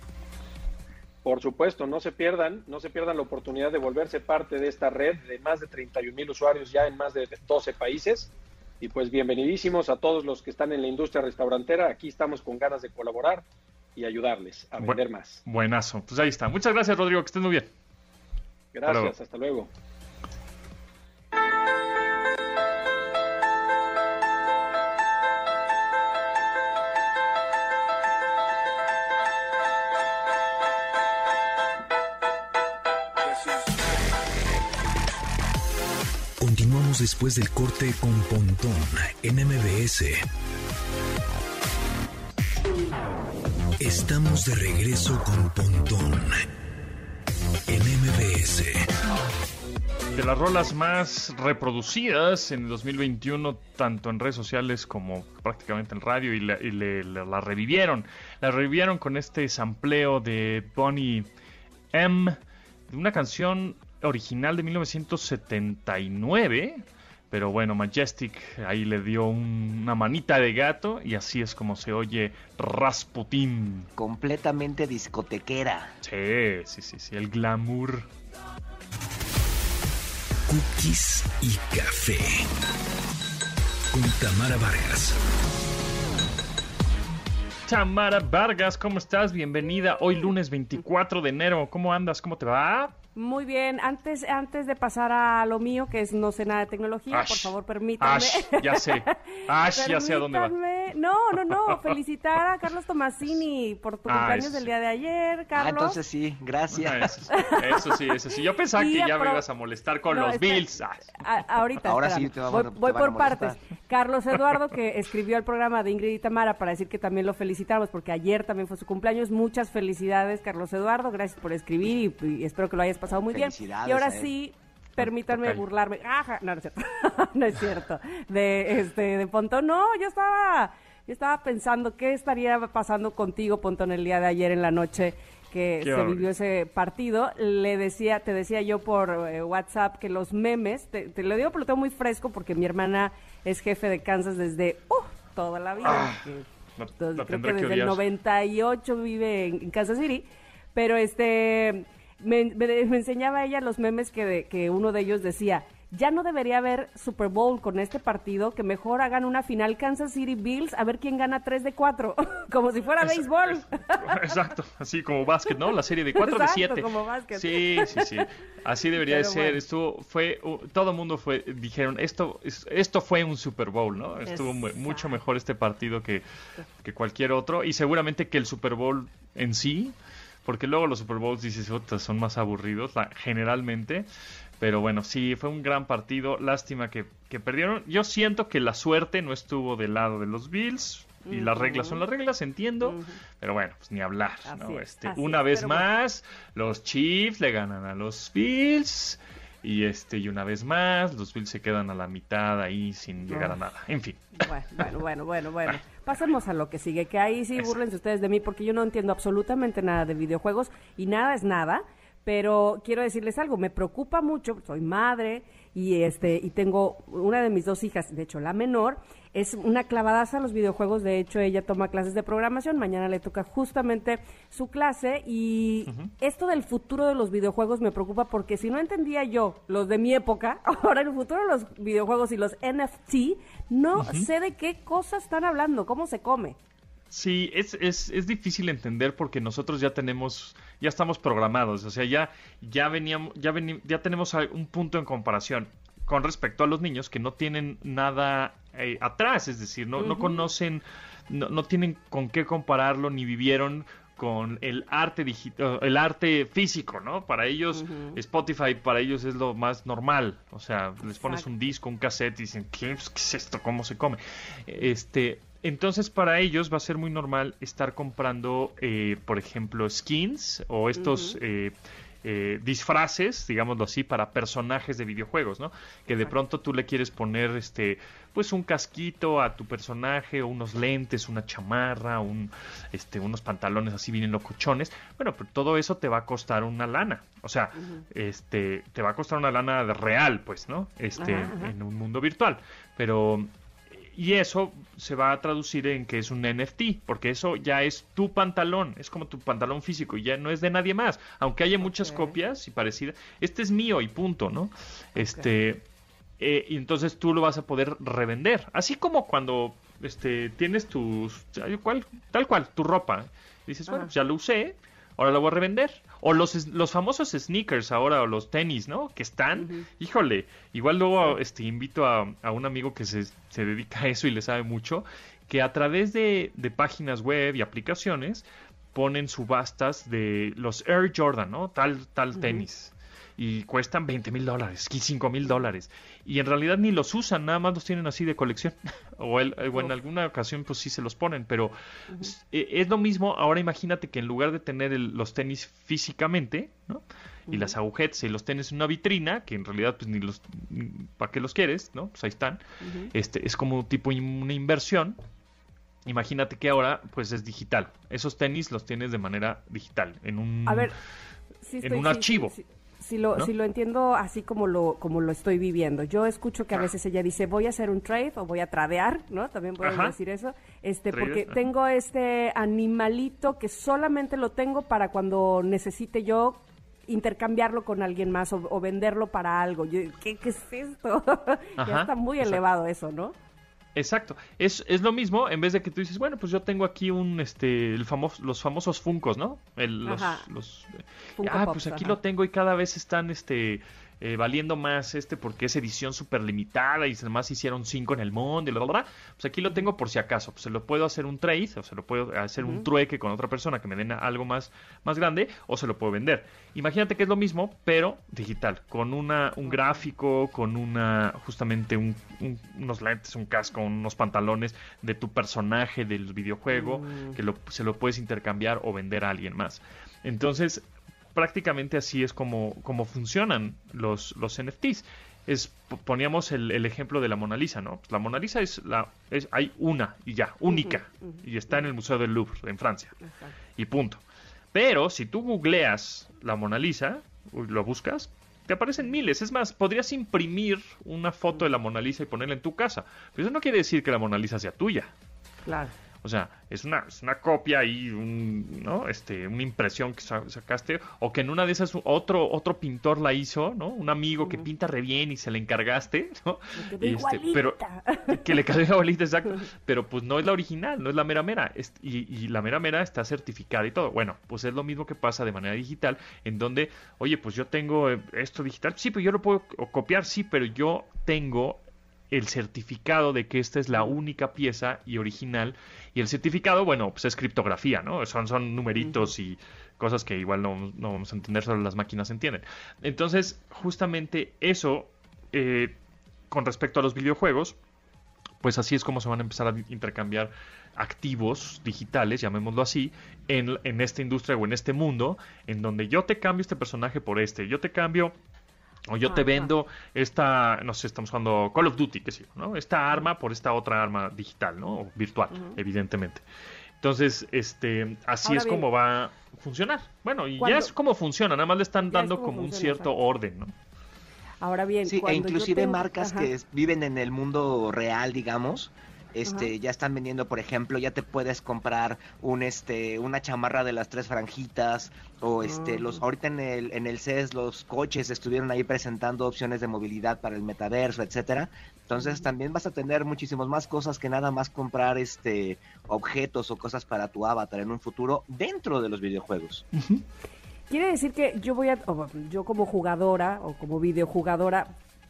Por supuesto, no se pierdan, no se pierdan la oportunidad de volverse parte de esta red de más de treinta y un mil usuarios ya en más de doce países. Y pues bienvenidísimos a todos los que están en la industria restaurantera. Aquí estamos con ganas de colaborar y ayudarles a vender Bu- más. Buenazo. Pues ahí está. Muchas gracias, Rodrigo. Que estés muy bien. Gracias. Hasta luego. Continuamos después del corte con Pontón en M B S. Estamos de regreso con Pontón en M B S. De las rolas más reproducidas en el dos mil veintiuno, tanto en redes sociales como prácticamente en radio, y, la, y le, la, la revivieron. La revivieron con este sampleo de Boney M, de una canción original de mil novecientos setenta y nueve, pero bueno, Majestic ahí le dio un, una manita de gato y así es como se oye Rasputin. Completamente discotequera. Sí, sí, sí, sí, el glamour. Cookies y café con Tamara Vargas. Tamara Vargas, ¿cómo estás? Bienvenida hoy lunes veinticuatro de enero. ¿Cómo andas? ¿Cómo te va? Muy bien, antes antes de pasar a lo mío, que es no sé nada de tecnología, Ash, por favor, permítanme. Ash, ya sé. Ash, ya sé a dónde va. No, no, no, felicitar a Carlos Tomasini por tu ah, cumpleaños eso del sí. día de ayer, Carlos. Ah, entonces sí, gracias. Ah, eso, sí, eso sí, eso sí. Yo pensaba Y que ya apro- me ibas a molestar con No, los espera. Bills. Ah, A- ahorita, Ahora espérame. sí te va- voy, te voy van a por molestar. partes. Carlos Eduardo, que escribió el programa de Ingrid y Tamara para decir que también lo felicitamos, porque ayer también fue su cumpleaños. Muchas felicidades, Carlos Eduardo, gracias por escribir y, y espero que lo hayas pasado muy bien. Felicidades Y ahora a él. sí, permítanme Tocayo. burlarme. Ajá, no, no es cierto. No es cierto. De este de Pontón, no, yo estaba yo estaba pensando qué estaría pasando contigo, Pontón, el día de ayer en la noche que Qué se horror. vivió ese partido. Le decía, te decía yo por eh, WhatsApp que los memes, te, te lo digo porque lo tengo muy fresco porque mi hermana es jefe de Kansas desde uh, toda la vida. Ah, que- la- entonces, la creo tendré que que desde el odiar. noventa y ocho vive en, en Kansas City, pero este me, me- me enseñaba ella los memes que, de- que uno de ellos decía, ya no debería haber Super Bowl con este partido, que mejor hagan una final Kansas City Bills a ver quién gana tres de cuatro, como si fuera Es- béisbol. es- exacto, así como básquet, ¿no? La serie de cuatro de Exacto, siete. como básquet. Sí, sí, sí. Así debería de Pero ser. bueno. Estuvo, fue, uh, todo el mundo fue, dijeron, esto, es- esto fue un Super Bowl, ¿no? Estuvo mu- Exacto. mucho mejor este partido que, que cualquier otro. Y seguramente que el Super Bowl en sí, porque luego los Super Bowls, dices, "Ota, son más aburridos, la- generalmente. Pero bueno, sí, fue un gran partido. Lástima que, que perdieron. Yo siento que la suerte no estuvo del lado de los Bills. Y las reglas son las reglas, entiendo. Ujú. Pero bueno, pues ni hablar, Así ¿no? es, Este, así una es, vez pero bueno. más, los Chiefs le ganan a los Bills. Y este, y una vez más, los Bills se quedan a la mitad ahí sin llegar a Ah. nada. En fin. Bueno, bueno, bueno, bueno, bueno. Pasemos a lo que sigue, que ahí sí Eso. búrlense ustedes de mí porque yo no entiendo absolutamente nada de videojuegos y nada es nada, pero quiero decirles algo, me preocupa mucho, soy madre y este y tengo una de mis dos hijas, de hecho la menor, es una clavadaza a los videojuegos, de hecho ella toma clases de programación, mañana le toca justamente su clase y esto del futuro de los videojuegos me preocupa porque si no entendía yo los de mi época, ahora el futuro de los videojuegos y los N F T, no sé de qué cosas están hablando, cómo se come. Sí, es, es, es difícil entender porque nosotros ya tenemos, ya estamos programados, o sea, ya, ya veníamos, ya veni- ya tenemos a- un punto en comparación con respecto a los niños que no tienen nada eh, atrás, es decir, no, no conocen, no, no tienen con qué compararlo ni vivieron con el arte digital, el arte físico, ¿no? Para ellos Spotify para ellos es lo más normal, o sea, les pones Exacto. un disco, un cassette y dicen, ¿qué, ¿qué es esto? ¿Cómo se come? Este, entonces para ellos va a ser muy normal estar comprando, eh, por ejemplo, skins o estos eh, eh, disfraces, digámoslo así, para personajes de videojuegos, ¿no? Que de pronto tú le quieres poner, este, pues un casquito a tu personaje, o unos lentes, una chamarra, un, este, unos pantalones así bien locochones. Bueno, pero todo eso te va a costar una lana. O sea, este, te va a costar una lana de real, pues, ¿no? Este, Ajá, ajá. en un mundo virtual. Pero y eso se va a traducir en que es un N F T, porque eso ya es tu pantalón, es como tu pantalón físico y ya no es de nadie más, aunque haya muchas Ok. copias y parecidas, este es mío y punto, ¿no? Este, eh, y entonces tú lo vas a poder revender, así como cuando este tienes tus, ¿cuál? Tal cual, tu ropa, dices, bueno, Ajá. pues ya lo usé, ahora lo voy a revender. O los, es- los famosos sneakers ahora, o los tenis, ¿no? Que están, híjole, igual luego este, invito a, a un amigo que se, se dedica a eso y le sabe mucho, que a través de, de páginas web y aplicaciones ponen subastas de los Air Jordan, ¿no? Tal, tal tenis. Y cuestan veinte mil dólares, cinco mil dólares. Y en realidad ni los usan, nada más los tienen así de colección. o, el- o en Uf. alguna ocasión pues sí se los ponen, pero es, eh, es lo mismo. Ahora imagínate que en lugar de tener el- los tenis físicamente, ¿no? Y las agujetas y los tenis en una vitrina, que en realidad pues ni los, ¿para qué los quieres? ¿No? Pues ahí están. Este, es como tipo in- una inversión. Imagínate que ahora pues es digital. Esos tenis los tienes de manera digital, en un... A ver, sí en estoy- un sí, archivo. sí, sí. Si lo, ¿no? si lo entiendo así como lo como lo estoy viviendo. Yo escucho Ah. que a veces ella dice, voy a hacer un trade o voy a tradear, ¿no? También podemos Ajá. decir eso. Este, Trader, porque ajá. tengo este animalito que solamente lo tengo para cuando necesite yo intercambiarlo con alguien más o, o venderlo para algo. Yo, ¿qué, qué es esto? Ajá, Ya está muy exacto. elevado eso, ¿no? Exacto, es, es lo mismo en vez de que tú dices, bueno, pues yo tengo aquí un, este, el famoso, los famosos Funkos, ¿no? El, los, los, Funko ah, Pops, pues aquí ajá. lo tengo y cada vez están, este, eh, valiendo más, este, porque es edición súper limitada y además hicieron cinco en el mundo y bla, bla, bla. Pues aquí lo tengo por si acaso, pues se lo puedo hacer un trade, o se lo puedo hacer uh-huh. un trueque con otra persona que me den algo más, más grande, o se lo puedo vender. Imagínate que es lo mismo, pero digital, con una, un gráfico, con una, justamente un, un, unos lentes, un casco, unos pantalones de tu personaje del videojuego, mm. que lo, se lo puedes intercambiar o vender a alguien más. Entonces, prácticamente así es como, como funcionan los, los N F Ts. Es, poníamos el, el ejemplo de la Mona Lisa, ¿no? Pues la Mona Lisa es la, es, hay una y ya, única, uh-huh, uh-huh, y está uh-huh. en el Museo del Louvre, en Francia, uh-huh. y punto. Pero si tú googleas la Mona Lisa, lo buscas, te aparecen miles. Es más, podrías imprimir una foto de la Mona Lisa y ponerla en tu casa. Pero eso no quiere decir que la Mona Lisa sea tuya. Claro. O sea, es una, es una copia y un, ¿no? este, una impresión que sacaste, o que en una de esas otro otro pintor la hizo, ¿no? Un amigo uh-huh. que pinta re bien y se le encargaste, ¿no? Que este, pero que le quedó igualita, exacto. Pero pues no es la original, no es la mera mera. Es, y, y la mera mera está certificada y todo. Bueno, pues es lo mismo que pasa de manera digital, en donde, oye, pues yo tengo esto digital, sí, pero yo lo puedo copiar, sí, pero yo tengo el certificado de que esta es la única pieza y original. Y el certificado, bueno, pues es criptografía, ¿no? Son, son numeritos uh-huh. y cosas que igual no, no vamos a entender, solo las máquinas entienden. Entonces, justamente eso, eh, con respecto a los videojuegos, pues así es como se van a empezar a intercambiar activos digitales, llamémoslo así, en, en esta industria o en este mundo, en donde yo te cambio este personaje por este, yo te cambio... O yo ah, te vendo ah. esta, no sé, estamos jugando Call of Duty, qué sé yo, ¿no? Esta arma por esta otra arma digital, ¿no? O virtual, uh-huh. evidentemente. Entonces, este, así Ahora es bien, como va a funcionar. Bueno, y ya es como funciona, nada más le están dando como funciona, un cierto exacto. orden, ¿no? Ahora bien, sí, e inclusive tengo... marcas Ajá. que viven en el mundo real, digamos, este Ajá. ya están vendiendo, por ejemplo, ya te puedes comprar un este una chamarra de las tres franjitas o este uh-huh. los ahorita en el en el C E S los coches estuvieron ahí presentando opciones de movilidad para el metaverso, etcétera. Entonces uh-huh. también vas a tener muchísimas más cosas que nada más comprar este objetos o cosas para tu avatar en un futuro dentro de los videojuegos. Uh-huh. Quiere decir que yo voy a o, yo como jugadora o como videojugadora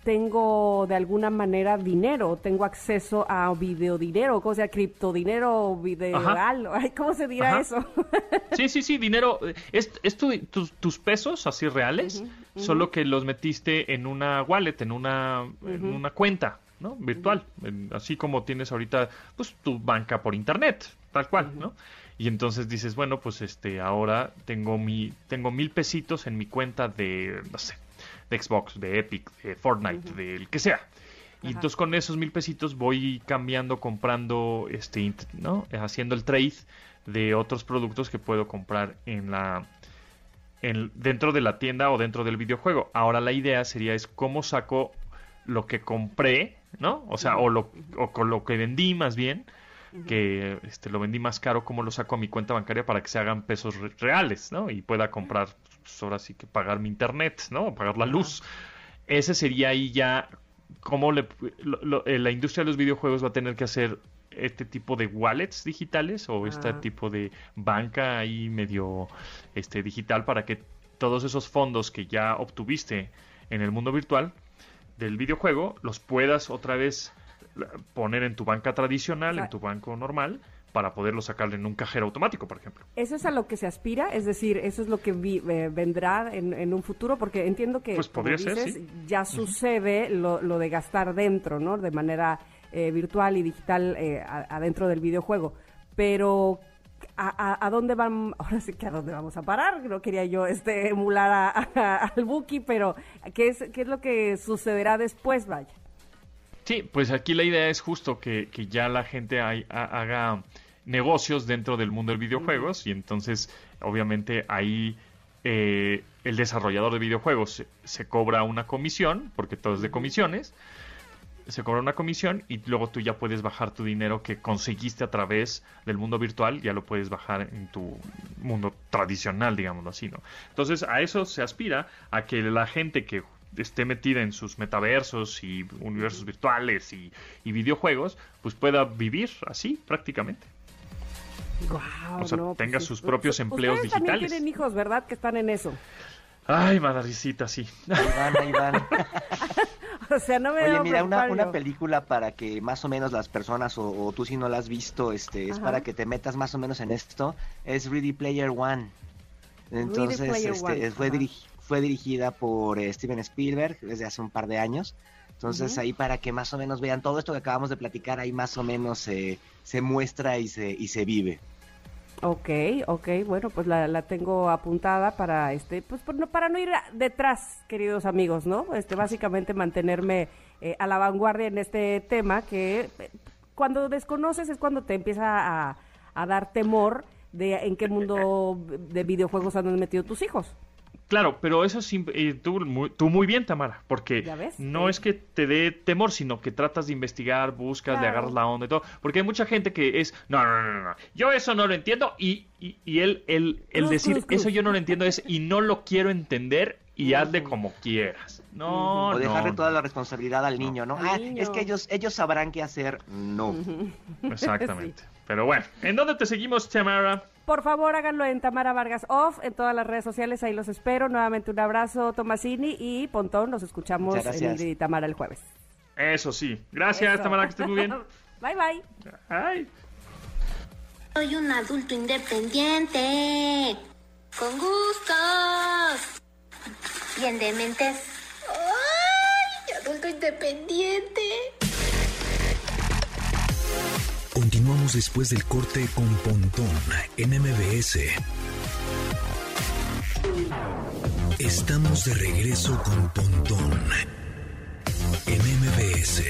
tengo de alguna manera dinero, tengo acceso a videodinero, ¿cómo se llama? Criptodinero, video, ¿cómo se dirá Ajá. eso? Sí, sí, sí, dinero, es, es tu, tu, tus pesos así reales, uh-huh, uh-huh. solo que los metiste en una wallet, en una, uh-huh. en una cuenta, ¿no? Virtual, uh-huh. en, así como tienes ahorita, pues, tu banca por internet, tal cual, uh-huh. ¿no? Y entonces dices, bueno, pues, este, ahora tengo mi, tengo mil pesitos en mi cuenta de, no sé, de Xbox, de Epic, de Fortnite, uh-huh. del que sea. Y Ajá. entonces con esos mil pesitos voy cambiando, comprando, este, ¿no? Haciendo el trade de otros productos que puedo comprar en la, en, dentro de la tienda o dentro del videojuego. Ahora la idea sería es cómo saco lo que compré, ¿no? O sea, uh-huh. o, lo, o con lo que vendí más bien, uh-huh. que este, lo vendí más caro, cómo lo saco a mi cuenta bancaria para que se hagan pesos re- reales, ¿no? Y pueda comprar, pues ahora sí que pagar mi internet, ¿no? Pagar la luz. Uh-huh. Ese sería ahí ya cómo le, lo, lo, la industria de los videojuegos va a tener que hacer este tipo de wallets digitales o este uh-huh. tipo de banca ahí medio este digital para que todos esos fondos que ya obtuviste en el mundo virtual del videojuego los puedas otra vez poner en tu banca tradicional, uh-huh. en tu banco normal, para poderlo sacar en un cajero automático, por ejemplo. ¿Eso es a lo que se aspira? Es decir, ¿eso es lo que vi, eh, vendrá en, en un futuro? Porque entiendo que, pues como podría dices, ser, sí. ya uh-huh. sucede lo, lo de gastar dentro, ¿no? De manera eh, virtual y digital eh, adentro del videojuego. Pero, ¿a, a, a dónde van? Ahora sí que a dónde vamos a parar. No quería yo este emular a, a, al Buki, pero ¿qué es, qué es lo que sucederá después, vaya? Sí, pues aquí la idea es justo que, que ya la gente hay, ha, haga negocios dentro del mundo de videojuegos, uh-huh. y entonces obviamente ahí eh, el desarrollador de videojuegos se, se cobra una comisión, porque todo es de comisiones, se cobra una comisión y luego tú ya puedes bajar tu dinero que conseguiste a través del mundo virtual, ya lo puedes bajar en tu mundo tradicional, digámoslo así, ¿no? Entonces a eso se aspira, a que la gente que esté metida en sus metaversos y universos virtuales y, y videojuegos, pues pueda vivir así prácticamente. Wow, o sea, no, tenga pues, sus propios empleos ustedes también digitales. tienen hijos, ¿verdad? Que están en eso. Ay, Madaricita, sí. Ahí van, ahí van. O sea, no me Oye, debo mira, una, preocupar una yo. película para que más o menos las personas, o, o tú si no la has visto, este, es Ajá. para que te metas más o menos en esto, es Ready Player One. Entonces, Player este, One, fue, ajá. dirigi- fue dirigida por eh, Steven Spielberg desde hace un par de años. Entonces, Ujú. ahí para que más o menos vean todo esto que acabamos de platicar, ahí más o menos eh, se muestra y se, y se vive. Ok, ok, bueno, pues la, la tengo apuntada para este, pues por no, para no ir a- detrás, queridos amigos, ¿no? Este, básicamente mantenerme eh, a la vanguardia en este tema que eh, cuando desconoces es cuando te empieza a, a dar temor de en qué mundo de videojuegos han metido tus hijos. Claro, pero eso sí, eh, tú, muy, tú muy bien, Tamara, porque ¿Ya ves? no Sí. es que te dé temor, sino que tratas de investigar, buscas, le Claro. agarras la onda y todo, porque hay mucha gente que es, no, no, no, no, yo eso no lo entiendo, y, y, y él, él, el Cruz, decir, cruz, cruz. eso yo no lo entiendo es, y no lo quiero entender, y hazle como quieras. No, O dejarle no, toda la responsabilidad al niño, ¿no? Al Ah, niño. es que ellos, ellos sabrán qué hacer. No. exactamente. Pero bueno, ¿en dónde te seguimos, Tamara? Por favor, háganlo en Tamara Vargas Off, en todas las redes sociales, ahí los espero. Nuevamente un abrazo, Tomasini y Pontón, nos escuchamos Muchas en gracias. Ingrid y Tamara el jueves. Eso sí. Gracias, Eso. Tamara, que estés muy bien. Bye, bye. Ay. Soy un adulto independiente, con gustos, bien dementes. ¡Ay, adulto independiente! Continuamos después del corte con Pontón en M B S. Estamos de regreso con Pontón en M B S.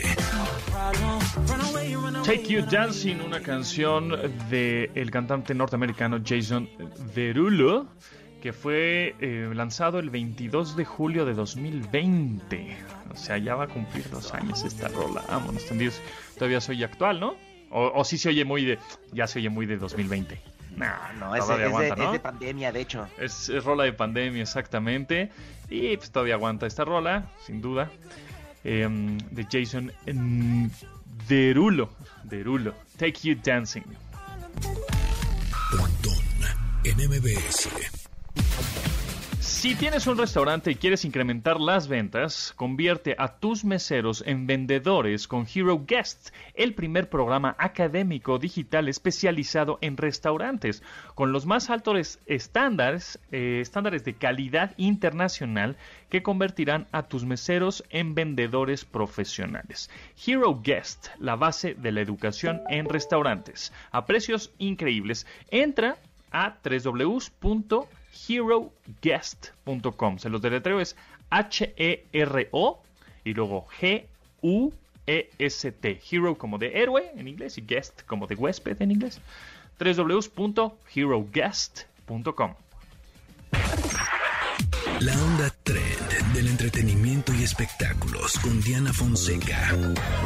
Take You Dancing, una canción de el cantante norteamericano Jason Derulo, que fue eh, lanzado el veintidós de julio de dos mil veinte. O sea, ya va a cumplir dos años esta rola. Vámonos, tendidos. Todavía soy actual, ¿no? O, o sí se oye muy de... Ya se oye muy de dos mil veinte. Nah, No, es, todavía es de, aguanta, ¿no? es de pandemia, de hecho. Es, es rola de pandemia, exactamente. Y pues todavía aguanta esta rola, sin duda. Eh, de Jason mm, Derulo. Derulo. Take You Dancing. Pontón en M B S. Si tienes un restaurante y quieres incrementar las ventas, convierte a tus meseros en vendedores con Hero Guest, el primer programa académico digital especializado en restaurantes, con los más altos estándares, eh, estándares de calidad internacional que convertirán a tus meseros en vendedores profesionales. Hero Guest, la base de la educación en restaurantes, a precios increíbles. Entra a doble u doble u doble u punto hero guest punto com. Se los deletreo, es H E R O y luego G U E S T. Hero como de héroe en inglés y guest como de huésped en inglés. doble u doble u doble u punto hero guest punto com. La onda trend del entretenimiento y espectáculos con Diana Fonseca.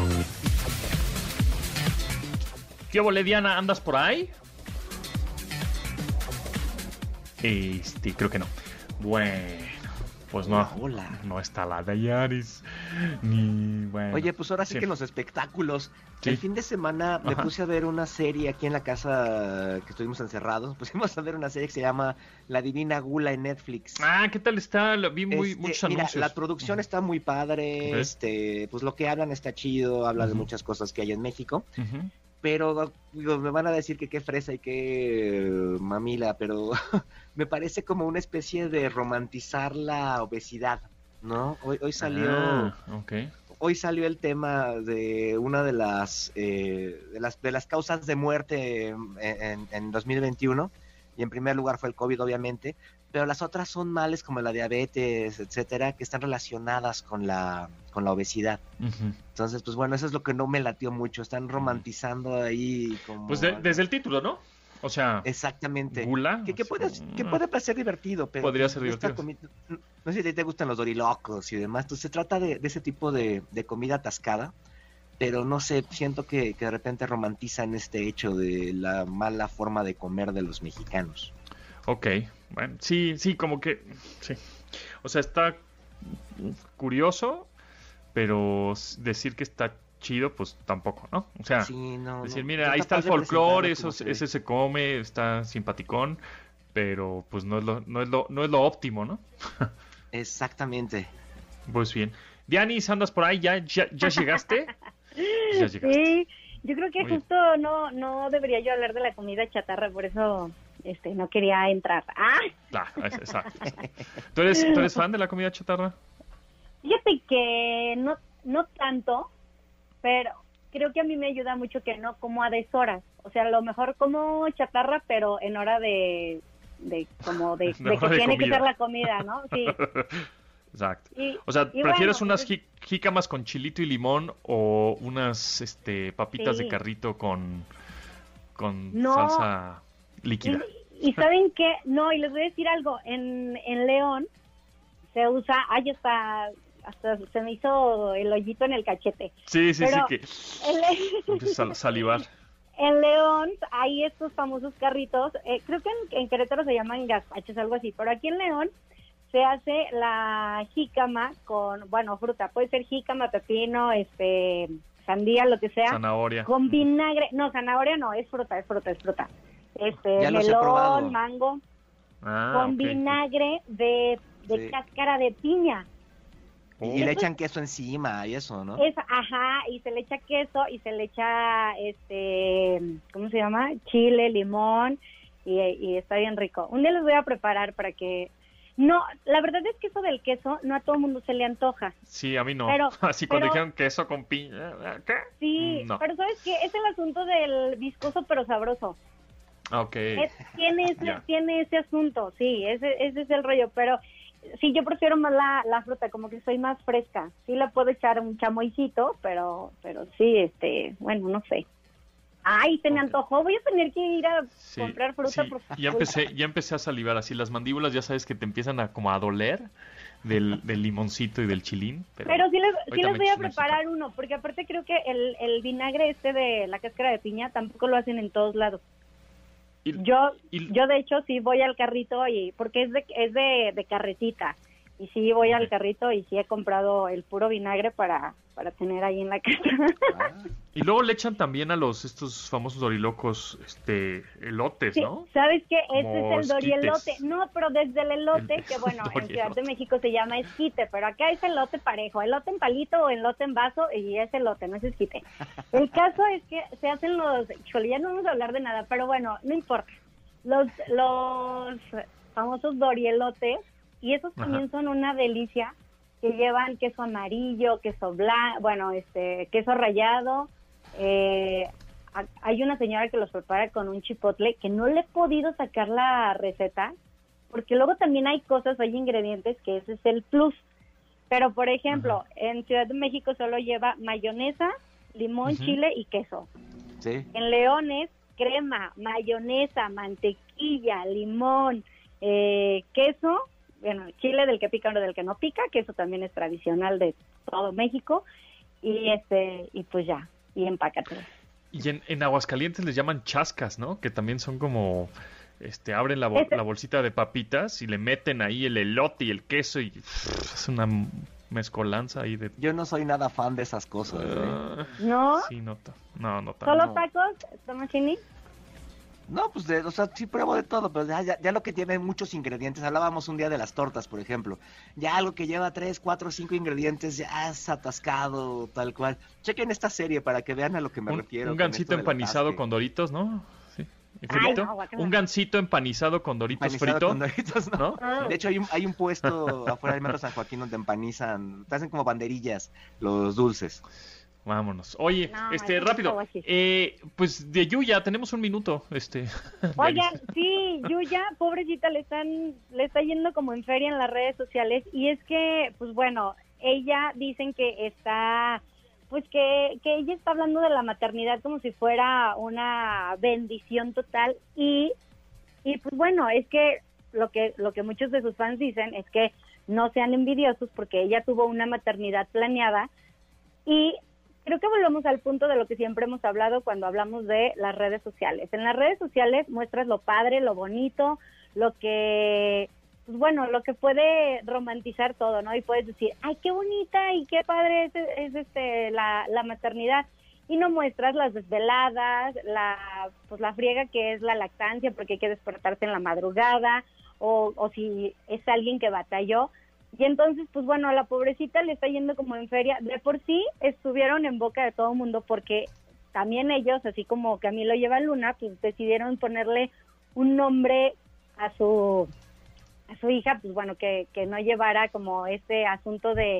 ¿Qué ole, Diana? ¿Andas por ahí? Este, creo que no. Bueno, pues no. Hola. No está la Dayaris. Ni bueno. Oye, pues ahora sí, Sí. que en los espectáculos. Sí. El fin de semana me Ajá. puse a ver una serie aquí en la casa que estuvimos encerrados. Pusimos a ver una serie que se llama La Divina Gula en Netflix. Ah, ¿qué tal está? Lo vi muy, Este, muchos mira, anuncios. la producción está muy padre, Ok. este, pues lo que hablan está chido, habla de Ujú. muchas cosas que hay en México, Ujú. pero digo, me van a decir que qué fresa y qué eh, mamila, pero me parece como una especie de romantizar la obesidad, ¿no? Hoy, hoy salió, Ah, ok. hoy salió el tema de una de las, eh, de las de las causas de muerte en, en, en dos mil veintiuno, y en primer lugar fue el COVID, obviamente, pero las otras son males como la diabetes, etcétera, que están relacionadas con la con la obesidad. Ujú. Entonces, pues bueno, eso es lo que no me latió mucho, están romantizando ahí como... Pues de- desde el título, ¿no? O sea, Exactamente. gula. Que, que así puede, como, que ah. puede parecer divertido, pero... Podría ser esta divertido. comi- No sé si te gustan los dorilocos y demás, entonces se trata de, de ese tipo de, de comida atascada, pero no sé, siento que, que de repente romantizan este hecho de la mala forma de comer de los mexicanos. Ok, bueno, sí, sí, como que, sí. O sea, está curioso, pero decir que está chido, pues tampoco, ¿no? O sea, sí, no, decir, no, mira, no ahí está el capaz de folclore, presentarlo eso, como se ese se come, está simpaticón, pero pues no es lo, no es lo, no es lo óptimo, ¿no? Exactamente. Pues bien. Dianis, ¿andas por ahí? ¿Ya, ya, ya llegaste? Ya llegaste. Sí, yo creo que Muy bien. justo no no debería yo hablar de la comida chatarra, por eso este no quería entrar. ¡Ah! Ah, es- exacto. ¿Tú eres, ¿Tú eres fan de la comida chatarra? Fíjate que no no tanto, pero creo que a mí me ayuda mucho que no como a deshoras. O sea, a lo mejor como chatarra, pero en hora de, de como de, En de que hora de tiene que comida. ser la comida, ¿no? Sí. Exacto. Y- O sea, y ¿prefieres bueno, unas pues- jí- jícamas con chilito y limón o unas este, papitas Sí. de carrito con, con No. salsa líquida? Y, y ¿saben qué? No, y les voy a decir algo. En, en León se usa, ay, hasta, hasta se me hizo el hoyito en el cachete. Sí, sí, Pero sí, que en, empiezas a salivar. en León hay estos famosos carritos, eh, creo que en, en Querétaro se llaman gazpachos, algo así, pero aquí en León se hace la jícama con, bueno, fruta, puede ser jícama, pepino, este, sandía, lo que sea, Zanahoria. con vinagre, no, zanahoria no, es fruta, es fruta, es fruta, este, Ya los he probado. melón, mango, Ah, con ok. vinagre de, de Sí. cáscara de piña. Y le echan queso encima y eso, ¿no? Es, ajá, y se le echa queso y se le echa, este, ¿cómo se llama? Chile, limón, y, y está bien rico. Un día los voy a preparar para que... No, la verdad es que eso del queso no a todo el mundo se le antoja. Sí, a mí no. Pero- Así cuando pero- dijeron queso con piña. ¿Qué? Sí, No. pero ¿sabes qué? Es el asunto del viscoso pero sabroso. Ok. Es- tiene, ese, Ya. tiene ese asunto, sí, ese, ese es el rollo, pero sí, yo prefiero más la, la fruta, como que soy más fresca. Sí le puedo echar un chamoycito, pero pero sí, este, bueno, no sé. Ay, se me Ok. antojó, voy a tener que ir a Sí, comprar fruta. sí, por ya empecé, ya empecé a salivar así. Las mandíbulas ya sabes que te empiezan a como a doler del, del limoncito y del chilín. Pero, Pero sí les, sí ahorita les me voy a echas una preparar uno, porque aparte creo que el, el vinagre este de la cáscara de piña tampoco lo hacen en todos lados. Y- Yo, y- yo de hecho sí voy al carrito y porque es de es de, de carretita y sí voy al Ok. carrito y sí he comprado el puro vinagre para para tener ahí en la casa. Ah, Y luego le echan también a los estos famosos dorilocos este elotes, Sí, ¿no? ¿sabes qué? Como Este es el dorielote. esquites. No, pero desde el elote, El que bueno, en Ciudad dorielote. de México se llama esquite, pero acá es elote parejo, elote en palito o elote en vaso y es elote, no es esquite. El caso es que se hacen los, híjole, ya no vamos a hablar de nada, pero bueno, no importa. Los los famosos dorielotes, y esos Ajá. también son una delicia, que llevan queso amarillo, queso blanco, bueno, este, queso rallado, eh, a- hay una señora que los prepara con un chipotle que no le he podido sacar la receta, porque luego también hay cosas, hay ingredientes que ese es el plus. Pero, por ejemplo, en Ciudad de México solo lleva mayonesa, limón, Ujú. chile y queso. sí. En León es crema, mayonesa, mantequilla, limón, eh, queso, bueno, chile del que pica o del que no pica, que eso también es tradicional de todo México, y este y pues ya, y empácate. Y en, en Aguascalientes les llaman chascas, ¿no? Que también son como, este, abren la, bol- Ese- la bolsita de papitas y le meten ahí el elote y el queso y pff, es una mezcolanza ahí de... Yo no soy nada fan de esas cosas. ¿eh? Ah, ¿No? sí, no, ta- no, no tanto. ¿Solo no. tacos, Tomachini? No, pues, de, o sea, sí pruebo de todo, pero ya, ya, ya lo que tiene muchos ingredientes, hablábamos un día de las tortas, por ejemplo, ya algo que lleva tres, cuatro, cinco ingredientes, ya es atascado, tal cual. Chequen esta serie para que vean a lo que me un, refiero. un con gansito esto del empanizado atasque. con doritos, ¿no? Sí. ¿Y Ay, frito? no, guácala. Un gansito empanizado con doritos Empanizado frito, con Doritos, ¿no? ¿no? Ah. De hecho, hay un, hay un puesto afuera del Metro San Joaquín donde empanizan, te hacen como banderillas los dulces. Vámonos. Oye, No, este, eso no rápido. estaba así. Eh, pues de Yuya tenemos un minuto. Este. Oigan, Denis. sí, Yuya, pobrecita, le están, le está yendo como en feria en las redes sociales, y es que, pues bueno, ella dicen que está, pues que, que ella está hablando de la maternidad como si fuera una bendición total, y, y pues bueno, es que lo que, lo que muchos de sus fans dicen es que no sean envidiosos porque ella tuvo una maternidad planeada, y creo que volvemos al punto de lo que siempre hemos hablado cuando hablamos de las redes sociales. En las redes sociales muestras lo padre, lo bonito, lo que pues bueno, lo que puede romantizar todo, ¿no? Y puedes decir, ay, qué bonita y qué padre es, es este la, la maternidad. Y no muestras las desveladas, la pues la friega que es la lactancia, porque hay que despertarse en la madrugada, o, o si es alguien que batalló. Y entonces, pues bueno, a la pobrecita le está yendo como en feria. De por sí estuvieron en boca de todo el mundo porque también ellos, así como Camilo lleva Luna, pues decidieron ponerle un nombre a su a su hija, pues bueno, que, que no llevara como este asunto de,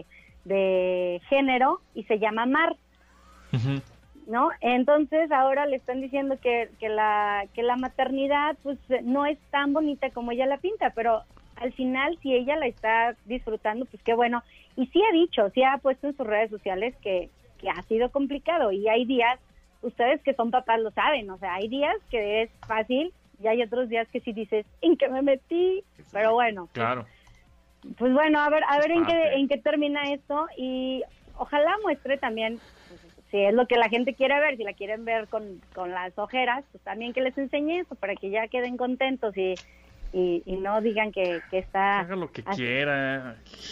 de género, y se llama Mar, uh-huh. ¿no? Entonces ahora le están diciendo que, que la que la maternidad pues no es tan bonita como ella la pinta, pero al final si ella la está disfrutando, pues qué bueno. Y sí ha dicho, sí ha puesto en sus redes sociales que, que ha sido complicado, y hay días, ustedes que son papás lo saben, o sea, hay días que es fácil, y hay otros días que sí dices, ¿en qué me metí? Pero bueno. Claro. Pues, pues bueno, a ver, a ver en qué, en qué termina esto, y ojalá muestre también, pues, si es lo que la gente quiere ver, si la quieren ver con, con las ojeras, pues también que les enseñe eso, para que ya queden contentos y, y, y no digan que, que está... Haga lo que así. quiera,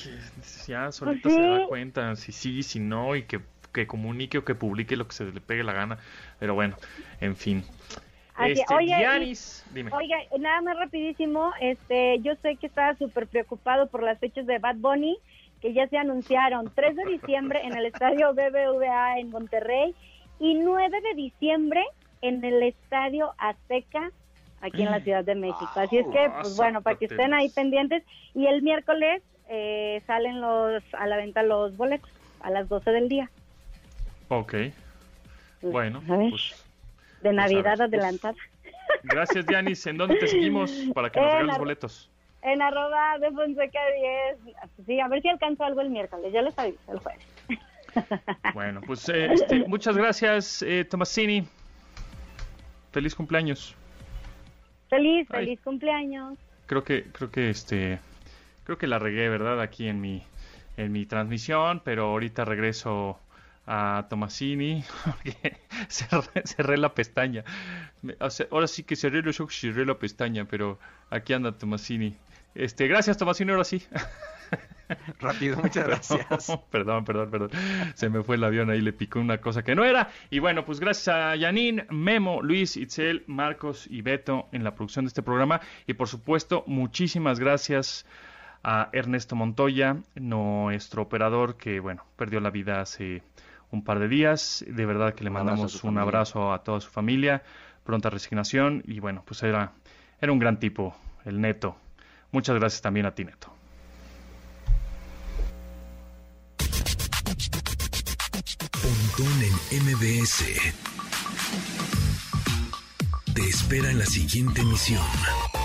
ya solito pues sí. se da cuenta, si sí, si no, y que, que comunique o que publique lo que se le pegue la gana, pero bueno, en fin... Así, Este, oye, Giannis, dime. Oiga, nada más rapidísimo, este, yo sé que estaba súper preocupado por las fechas de Bad Bunny, que ya se anunciaron, tres de diciembre en el estadio B B V A en Monterrey, y nueve de diciembre en el estadio Azteca, aquí en la Ciudad de México. Así es que, pues bueno, para que estén ahí pendientes, y el miércoles eh, salen los a la venta los boletos, a las doce del día. Ok, bueno, pues... de Navidad pues, adelantada. Gracias, Giannis. ¿En dónde te seguimos para que nos regales los boletos? En arroba de Fonseca diez. Sí, a ver si alcanzo algo el miércoles. Ya les aviso el jueves. Bueno, pues eh, este, muchas gracias, eh, Tomasini. Feliz cumpleaños. Feliz, Ay. feliz cumpleaños. Creo que, creo que este, creo que la regué, ¿verdad? Aquí en mi, en mi transmisión, pero ahorita regreso a Tomasini, cerré, cerré la pestaña. O sea, ahora sí que cerré los ojos y cerré la pestaña, pero aquí anda Tomasini. Este, gracias, Tomasini, ahora sí. Rápido, muchas gracias. Perdón, perdón, perdón. Se me fue el avión, ahí le picó una cosa que no era. Y bueno, pues gracias a Janine, Memo, Luis, Itzel, Marcos y Beto en la producción de este programa. Y por supuesto, muchísimas gracias a Ernesto Montoya, nuestro operador que, bueno, perdió la vida hace un par de días. De verdad que le mandamos un abrazo a toda su familia, pronta resignación, y bueno, pues era, era un gran tipo, el Neto. Muchas gracias también a ti, Neto. Pontón en M B S te espera en la siguiente emisión.